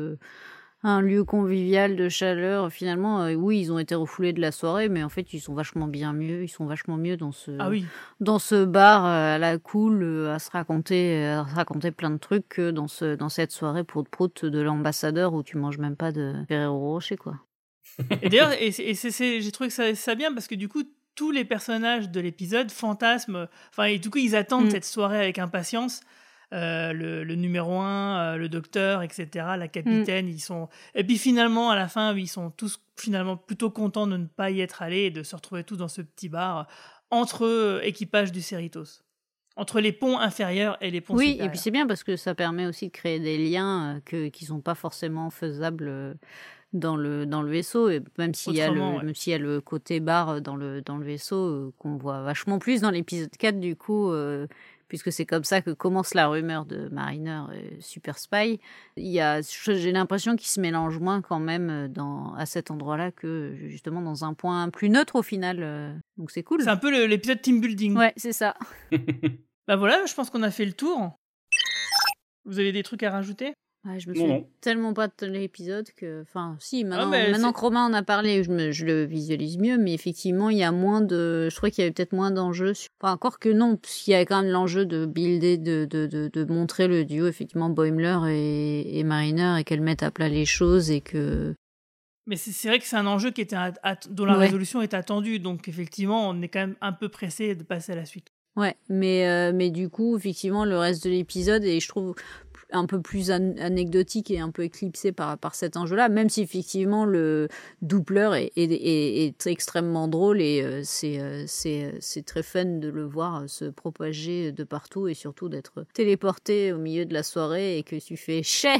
lieu convivial de chaleur. Finalement, oui, ils ont été refoulés de la soirée, mais en fait, ils sont vachement mieux dans ce bar à la cool, à se raconter plein de trucs que dans cette soirée prout de l'ambassadeur où tu manges même pas de Ferrero Rocher, quoi. Et d'ailleurs, j'ai trouvé que ça bien, parce que du coup, tous les personnages de l'épisode fantasment, et du coup, ils attendent cette soirée avec impatience. le numéro 1, le docteur, etc., la capitaine, ils sont... Et puis finalement, à la fin, ils sont tous finalement plutôt contents de ne pas y être allés et de se retrouver tous dans ce petit bar entre équipages du Cerritos. Entre les ponts inférieurs et les ponts supérieurs. Oui, et puis c'est bien parce que ça permet aussi de créer des liens qui ne sont pas forcément faisables dans le vaisseau, et même s'il y a le côté bar dans le vaisseau qu'on voit vachement plus dans l'épisode 4 du coup, puisque c'est comme ça que commence la rumeur de Mariner et Super Spy. J'ai l'impression qu'ils se mélangent moins quand même à cet endroit-là que justement dans un point plus neutre au final. Donc c'est cool. C'est un peu l'épisode team building. Ouais, c'est ça. Bah voilà, je pense qu'on a fait le tour. Vous avez des trucs à rajouter ? Je me souviens tellement pas de l'épisode que... Enfin, si, maintenant que Romain en a parlé, je le visualise mieux, mais effectivement, il y a moins de... Je crois qu'il y avait peut-être moins d'enjeux. Enfin, encore que non, parce qu'il y a quand même l'enjeu de builder, de montrer le duo, effectivement, Boimler et Mariner, et qu'elle mette à plat les choses, et que... Mais c'est vrai que c'est un enjeu qui était dont la résolution est attendue, donc effectivement, on est quand même un peu pressé de passer à la suite. Ouais, mais du coup, effectivement, le reste de l'épisode, et je trouve un peu plus anecdotique et un peu éclipsé par cet enjeu-là, même si effectivement le doubleur est extrêmement drôle et c'est très fun de le voir se propager de partout et surtout d'être téléporté au milieu de la soirée et que tu fais chais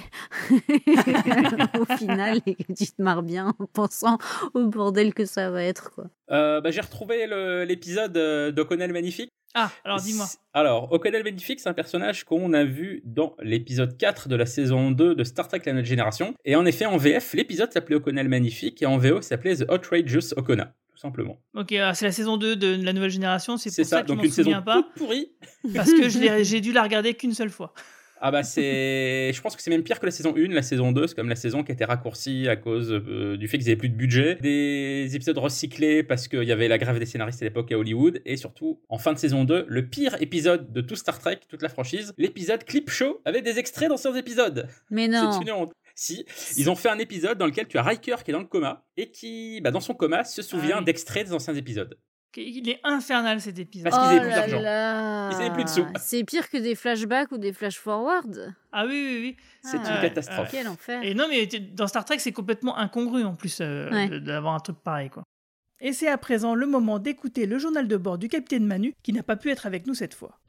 au final et que tu te marres bien en pensant au bordel que ça va être, quoi. J'ai retrouvé l'épisode d'O'Connell Magnifique. Ah, alors dis-moi. Alors, O'Connell Magnifique, c'est un personnage qu'on a vu dans l'épisode 4 de la saison 2 de Star Trek La Nouvelle Génération. Et en effet, en VF, l'épisode s'appelait O'Connell Magnifique et en VO, s'appelait The Outrageous O'Connor, tout simplement. Ok, c'est la saison 2 de La Nouvelle Génération, c'est pour ça que donc je m'en souviens pas. Toute pourrie. Parce que j'ai dû la regarder qu'une seule fois. Ah bah je pense que c'est même pire que la saison 1, la saison 2, c'est comme la saison qui a été raccourcie à cause du fait qu'ils avaient plus de budget, des épisodes recyclés parce qu'il y avait la grève des scénaristes à l'époque à Hollywood, et surtout, en fin de saison 2, le pire épisode de tout Star Trek, toute la franchise, l'épisode Clip Show, avec des extraits d'anciens épisodes. Mais non. C'est une honte. Si, ils ont fait un épisode dans lequel tu as Riker qui est dans le coma, et qui, dans son coma, se souvient d'extraits des anciens épisodes. Il est infernal cet épisode. Parce qu'ils avaient plus d'argent. Ils avaient plus de sous. C'est pire que des flashbacks ou des flash-forward. Ah oui. C'est une catastrophe. Quel enfer. Et non, mais dans Star Trek, c'est complètement incongru en plus d'avoir un truc pareil, quoi. Et c'est à présent le moment d'écouter le journal de bord du capitaine Manu, qui n'a pas pu être avec nous cette fois.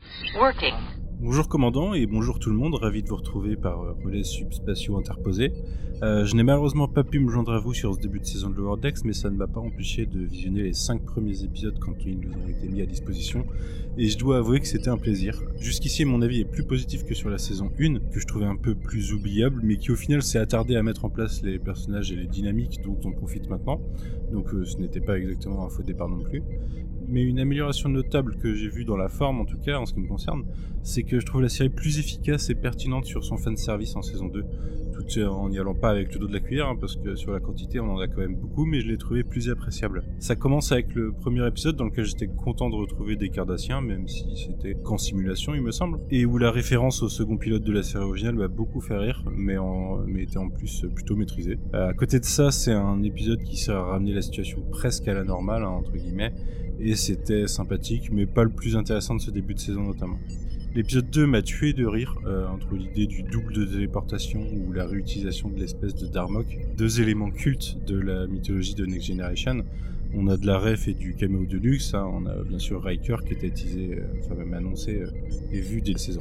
Bonjour commandant et bonjour tout le monde, ravi de vous retrouver par relais subspatiaux interposés. Je n'ai malheureusement pas pu me joindre à vous sur ce début de saison de Lower Decks, mais ça ne m'a pas empêché de visionner les 5 premiers épisodes quand ils nous ont été mis à disposition, et je dois avouer que c'était un plaisir. Jusqu'ici, mon avis est plus positif que sur la saison 1, que je trouvais un peu plus oubliable, mais qui au final s'est attardé à mettre en place les personnages et les dynamiques dont on profite maintenant, donc ce n'était pas exactement un faux départ non plus. Mais une amélioration notable que j'ai vue dans la forme, en tout cas en ce qui me concerne, c'est que je trouve la série plus efficace et pertinente sur son fanservice en saison 2, tout en n'y allant pas avec le dos de la cuillère, parce que sur la quantité on en a quand même beaucoup, mais je l'ai trouvé plus appréciable. Ça commence avec le premier épisode dans lequel j'étais content de retrouver des Cardassiens, même si c'était qu'en simulation il me semble, et où la référence au second pilote de la série originale m'a beaucoup fait rire, mais était en plus plutôt maîtrisé. À côté de ça, c'est un épisode qui sert à ramener la situation presque à la normale, entre guillemets, et c'était sympathique, mais pas le plus intéressant de ce début de saison notamment. L'épisode 2 m'a tué de rire, entre l'idée du double de téléportation ou la réutilisation de l'espèce de Darmok, 2 éléments cultes de la mythologie de Next Generation. On a de la ref et du caméo de luxe, on a bien sûr Riker qui était teasé, même annoncé et vu dès la saison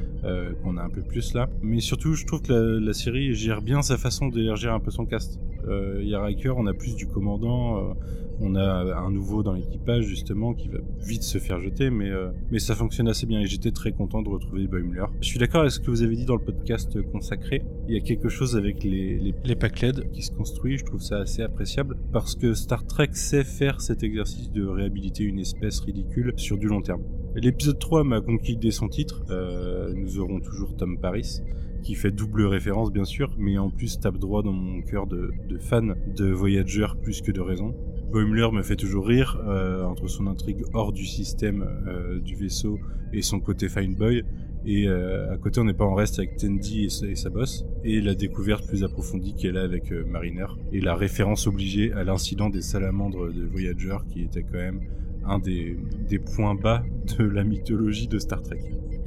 1, qu'on a un peu plus là. Mais surtout, je trouve que la série gère bien sa façon d'élargir un peu son cast. Il y a Riker, on a plus du commandant, on a un nouveau dans l'équipage justement qui va vite se faire jeter, mais ça fonctionne assez bien et j'étais très content de retrouver Boimler. Je suis d'accord avec ce que vous avez dit dans le podcast consacré. Il y a quelque chose avec les pack LED qui se construit, je trouve ça assez appréciable parce que Star Trek sait faire cet exercice de réhabiliter une espèce ridicule sur du long terme. L'épisode 3 m'a conquis dès son titre, nous aurons toujours Tom Paris, qui fait double référence bien sûr, mais en plus tape droit dans mon cœur de fan de Voyager plus que de raison. Boimler me fait toujours rire, entre son intrigue hors du système du vaisseau et son côté fine boy, et à côté on n'est pas en reste avec Tendi et sa boss, et la découverte plus approfondie qu'elle a avec Mariner, et la référence obligée à l'incident des salamandres de Voyager qui était quand même un des points bas de la mythologie de Star Trek.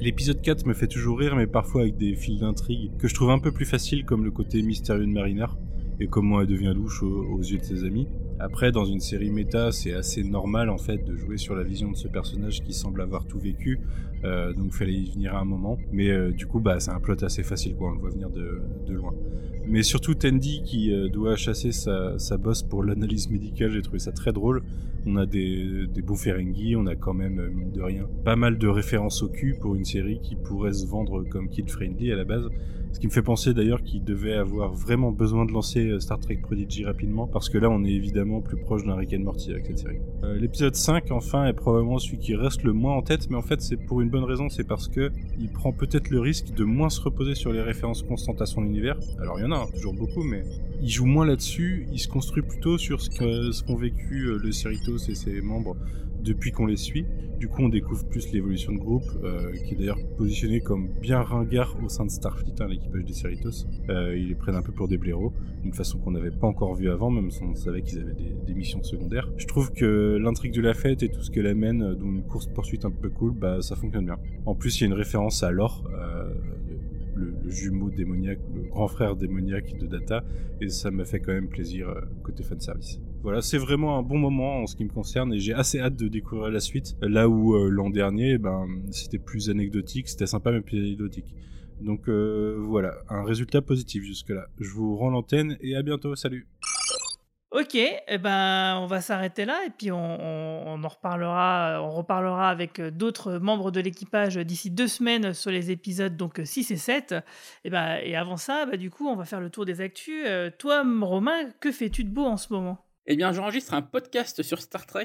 L'épisode 4 me fait toujours rire, mais parfois avec des fils d'intrigue que je trouve un peu plus faciles, comme le côté mystérieux de Mariner et comment elle devient louche aux yeux de ses amis. Après, dans une série méta, c'est assez normal en fait de jouer sur la vision de ce personnage qui semble avoir tout vécu, donc fallait y venir à un moment. Mais du coup, c'est un plot assez facile, quoi. On le voit venir de loin. Mais surtout Tendi qui doit chasser sa bosse pour l'analyse médicale, j'ai trouvé ça très drôle. On a des beaux Ferengi, on a quand même, mine de rien, pas mal de références au cul pour une série qui pourrait se vendre comme kid-friendly à la base. Ce qui me fait penser d'ailleurs qu'il devait avoir vraiment besoin de lancer Star Trek Prodigy rapidement, parce que là on est évidemment plus proche d'un Rick and Morty avec cette série. L'épisode 5 enfin est probablement celui qui reste le moins en tête, mais en fait c'est pour une bonne raison, c'est parce que il prend peut-être le risque de moins se reposer sur les références constantes à son univers. Alors il y en a toujours beaucoup, mais il joue moins là-dessus, il se construit plutôt sur ce qu'ont vécu le Cerritos et ses membres depuis qu'on les suit. Du coup, on découvre plus l'évolution de groupe, qui est d'ailleurs positionné comme bien ringard au sein de Starfleet, l'équipage des Cerritos. Ils les prennent un peu pour des blaireaux, d'une façon qu'on n'avait pas encore vue avant, même si on savait qu'ils avaient des missions secondaires. Je trouve que l'intrigue de la fête et tout ce qu'elle amène, dont une course-poursuite un peu cool, ça fonctionne bien. En plus, il y a une référence à Lore, le jumeau démoniaque, le grand frère démoniaque de Data, et ça m'a fait quand même plaisir côté fanservice. Voilà, c'est vraiment un bon moment en ce qui me concerne et j'ai assez hâte de découvrir la suite. Là où l'an dernier, c'était plus anecdotique, c'était sympa mais plus anecdotique. Donc voilà, un résultat positif jusque-là. Je vous rends l'antenne et à bientôt, salut. Ok, on va s'arrêter là et puis on en reparlera avec d'autres membres de l'équipage d'ici 2 semaines sur les épisodes donc 6 et 7. Et avant ça, du coup, on va faire le tour des actus. Toi, Romain, que fais-tu de beau en ce moment ? Eh bien, j'enregistre un podcast sur Star Trek.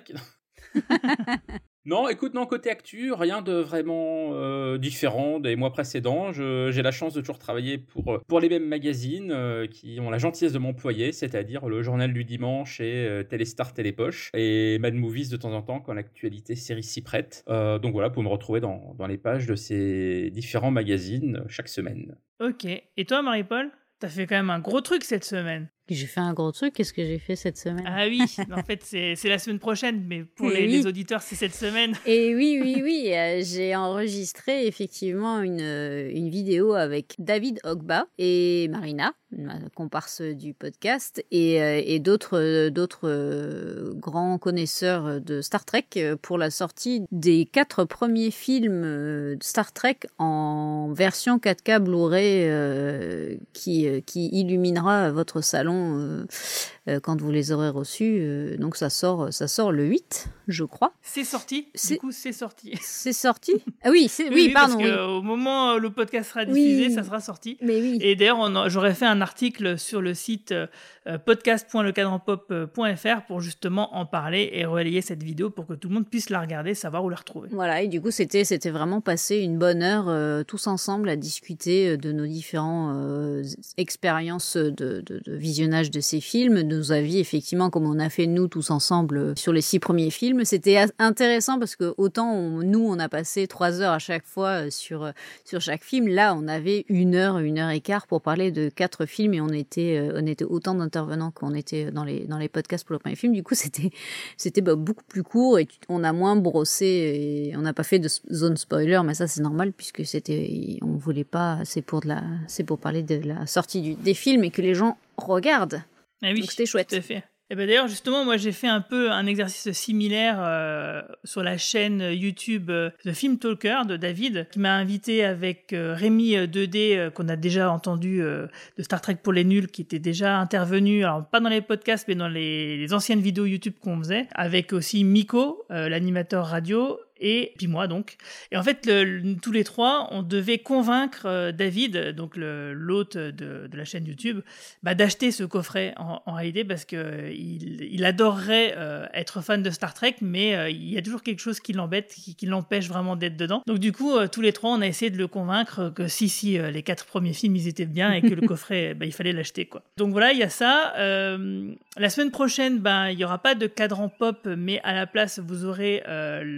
Non, écoute, côté actu, rien de vraiment différent des mois précédents. J'ai la chance de toujours travailler pour les mêmes magazines qui ont la gentillesse de m'employer, c'est-à-dire le Journal du Dimanche et Téléstar Télépoche, et Mad Movies de temps en temps quand l'actualité série s'y prête. Donc voilà, vous pouvez me retrouver dans les pages de ces différents magazines chaque semaine. Ok, et toi, Marie-Paul ? T'as fait quand même un gros truc cette semaine. J'ai fait un gros truc, qu'est-ce que j'ai fait cette semaine ? Ah oui, en fait c'est la semaine prochaine, mais pour les auditeurs c'est cette semaine. Et oui, j'ai enregistré effectivement une vidéo avec David Ogba et Marina, ma comparse du podcast, et d'autres grands connaisseurs de Star Trek pour la sortie des 4 premiers films de Star Trek en version 4K Blu-ray qui illuminera votre salon quand vous les aurez reçus. Donc ça sort le 8, je crois. C'est sorti. Du coup, c'est sorti. C'est sorti. Ah oui, pardon. Parce qu'au moment où le podcast sera diffusé, ça sera sorti. Mais oui. Et d'ailleurs, j'aurais fait un article sur le site podcast.lecadranpop.fr pour justement en parler et relayer cette vidéo pour que tout le monde puisse la regarder, savoir où la retrouver. Voilà, et du coup, c'était vraiment passé une bonne heure tous ensemble à discuter de nos différentes expériences de visionnage de ces films, de nos avis, effectivement, comme on a fait nous tous ensemble sur les 6 premiers films. C'était intéressant parce que autant on a passé 3 heures à chaque fois sur chaque film. Là, on avait 1 heure et quart pour parler de 4 films et on était autant d'intervenants qu'on était dans les podcasts pour le premier film. Du coup, c'était beaucoup plus court et on a moins brossé et on n'a pas fait de zone spoiler, mais ça c'est normal puisque on voulait pas, c'est pour parler de la sortie des films et que les gens regardent. Ah oui, donc c'était chouette. Tout à fait. Et d'ailleurs, justement, moi, j'ai fait un peu un exercice similaire sur la chaîne YouTube The Film Talker de David, qui m'a invité avec Rémi 2D, qu'on a déjà entendu de Star Trek pour les nuls, qui était déjà intervenu, alors pas dans les podcasts, mais dans les anciennes vidéos YouTube qu'on faisait, avec aussi Miko, l'animateur radio, et puis moi donc. Et en fait, tous les 3, on devait convaincre David, donc l'hôte de la chaîne YouTube, d'acheter ce coffret en réalité parce que il adorerait être fan de Star Trek, mais il y a toujours quelque chose qui l'embête, qui l'empêche vraiment d'être dedans. Donc du coup, tous les 3, on a essayé de le convaincre que si les 4 premiers films ils étaient bien et que le coffret, il fallait l'acheter quoi. Donc voilà, il y a ça. La semaine prochaine, il y aura pas de cadran pop, mais à la place, vous aurez le podcast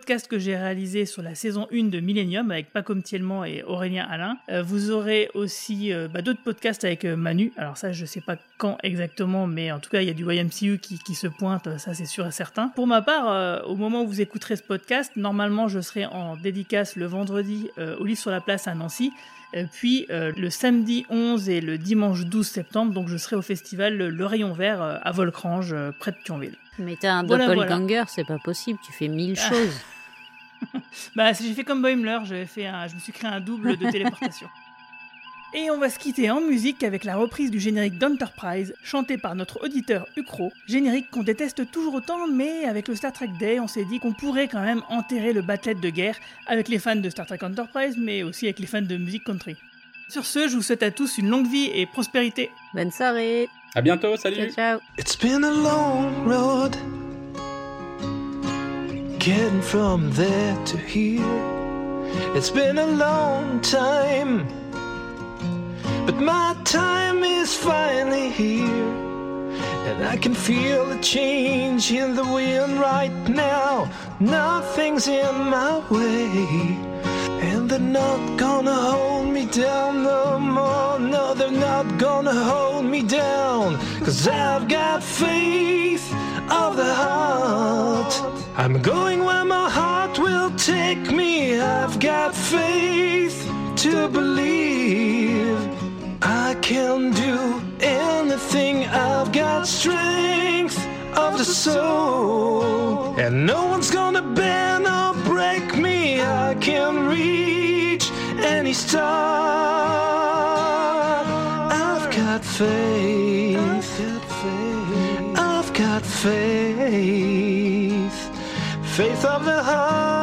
podcast que j'ai réalisé sur la saison 1 de Millennium avec Paco Thielman et Aurélien Alain. Vous aurez aussi d'autres podcasts avec Manu. Alors ça, je sais pas quand exactement, mais en tout cas, il y a du YMCU qui se pointe, ça c'est sûr et certain. Pour ma part, au moment où vous écouterez ce podcast, normalement, je serai en dédicace le vendredi au Livre sur la Place à Nancy. Puis le samedi 11 et le dimanche 12 septembre, donc je serai au festival Le Rayon Vert à Volcrange, près de Thionville. Mais t'as un doppelganger, c'est pas possible, tu fais 1000 choses. Bah, j'ai fait comme Boimler, je me suis créé un double de téléportation. Et on va se quitter en musique avec la reprise du générique d'Enterprise, chanté par notre auditeur Ukro. Générique qu'on déteste toujours autant, mais avec le Star Trek Day, on s'est dit qu'on pourrait quand même enterrer le batlet de guerre avec les fans de Star Trek Enterprise, mais aussi avec les fans de musique country. Sur ce, je vous souhaite à tous une longue vie et prospérité. Bonne soirée. À bientôt, salut. Ciao, ciao. It's been a long road, getting from there to here. It's been a long time, but my time is finally here. And I can feel a change in the wind right now. Nothing's in my way, and they're not gonna hold me down no more. No, they're not gonna hold me down, 'cause I've got faith of the heart. I'm going where my heart will take me. I've got faith to believe I can do anything. I've got strength of the soul, and no one's gonna bend or break me. I can reach any star. I've got faith. I've got faith. Faith of the heart.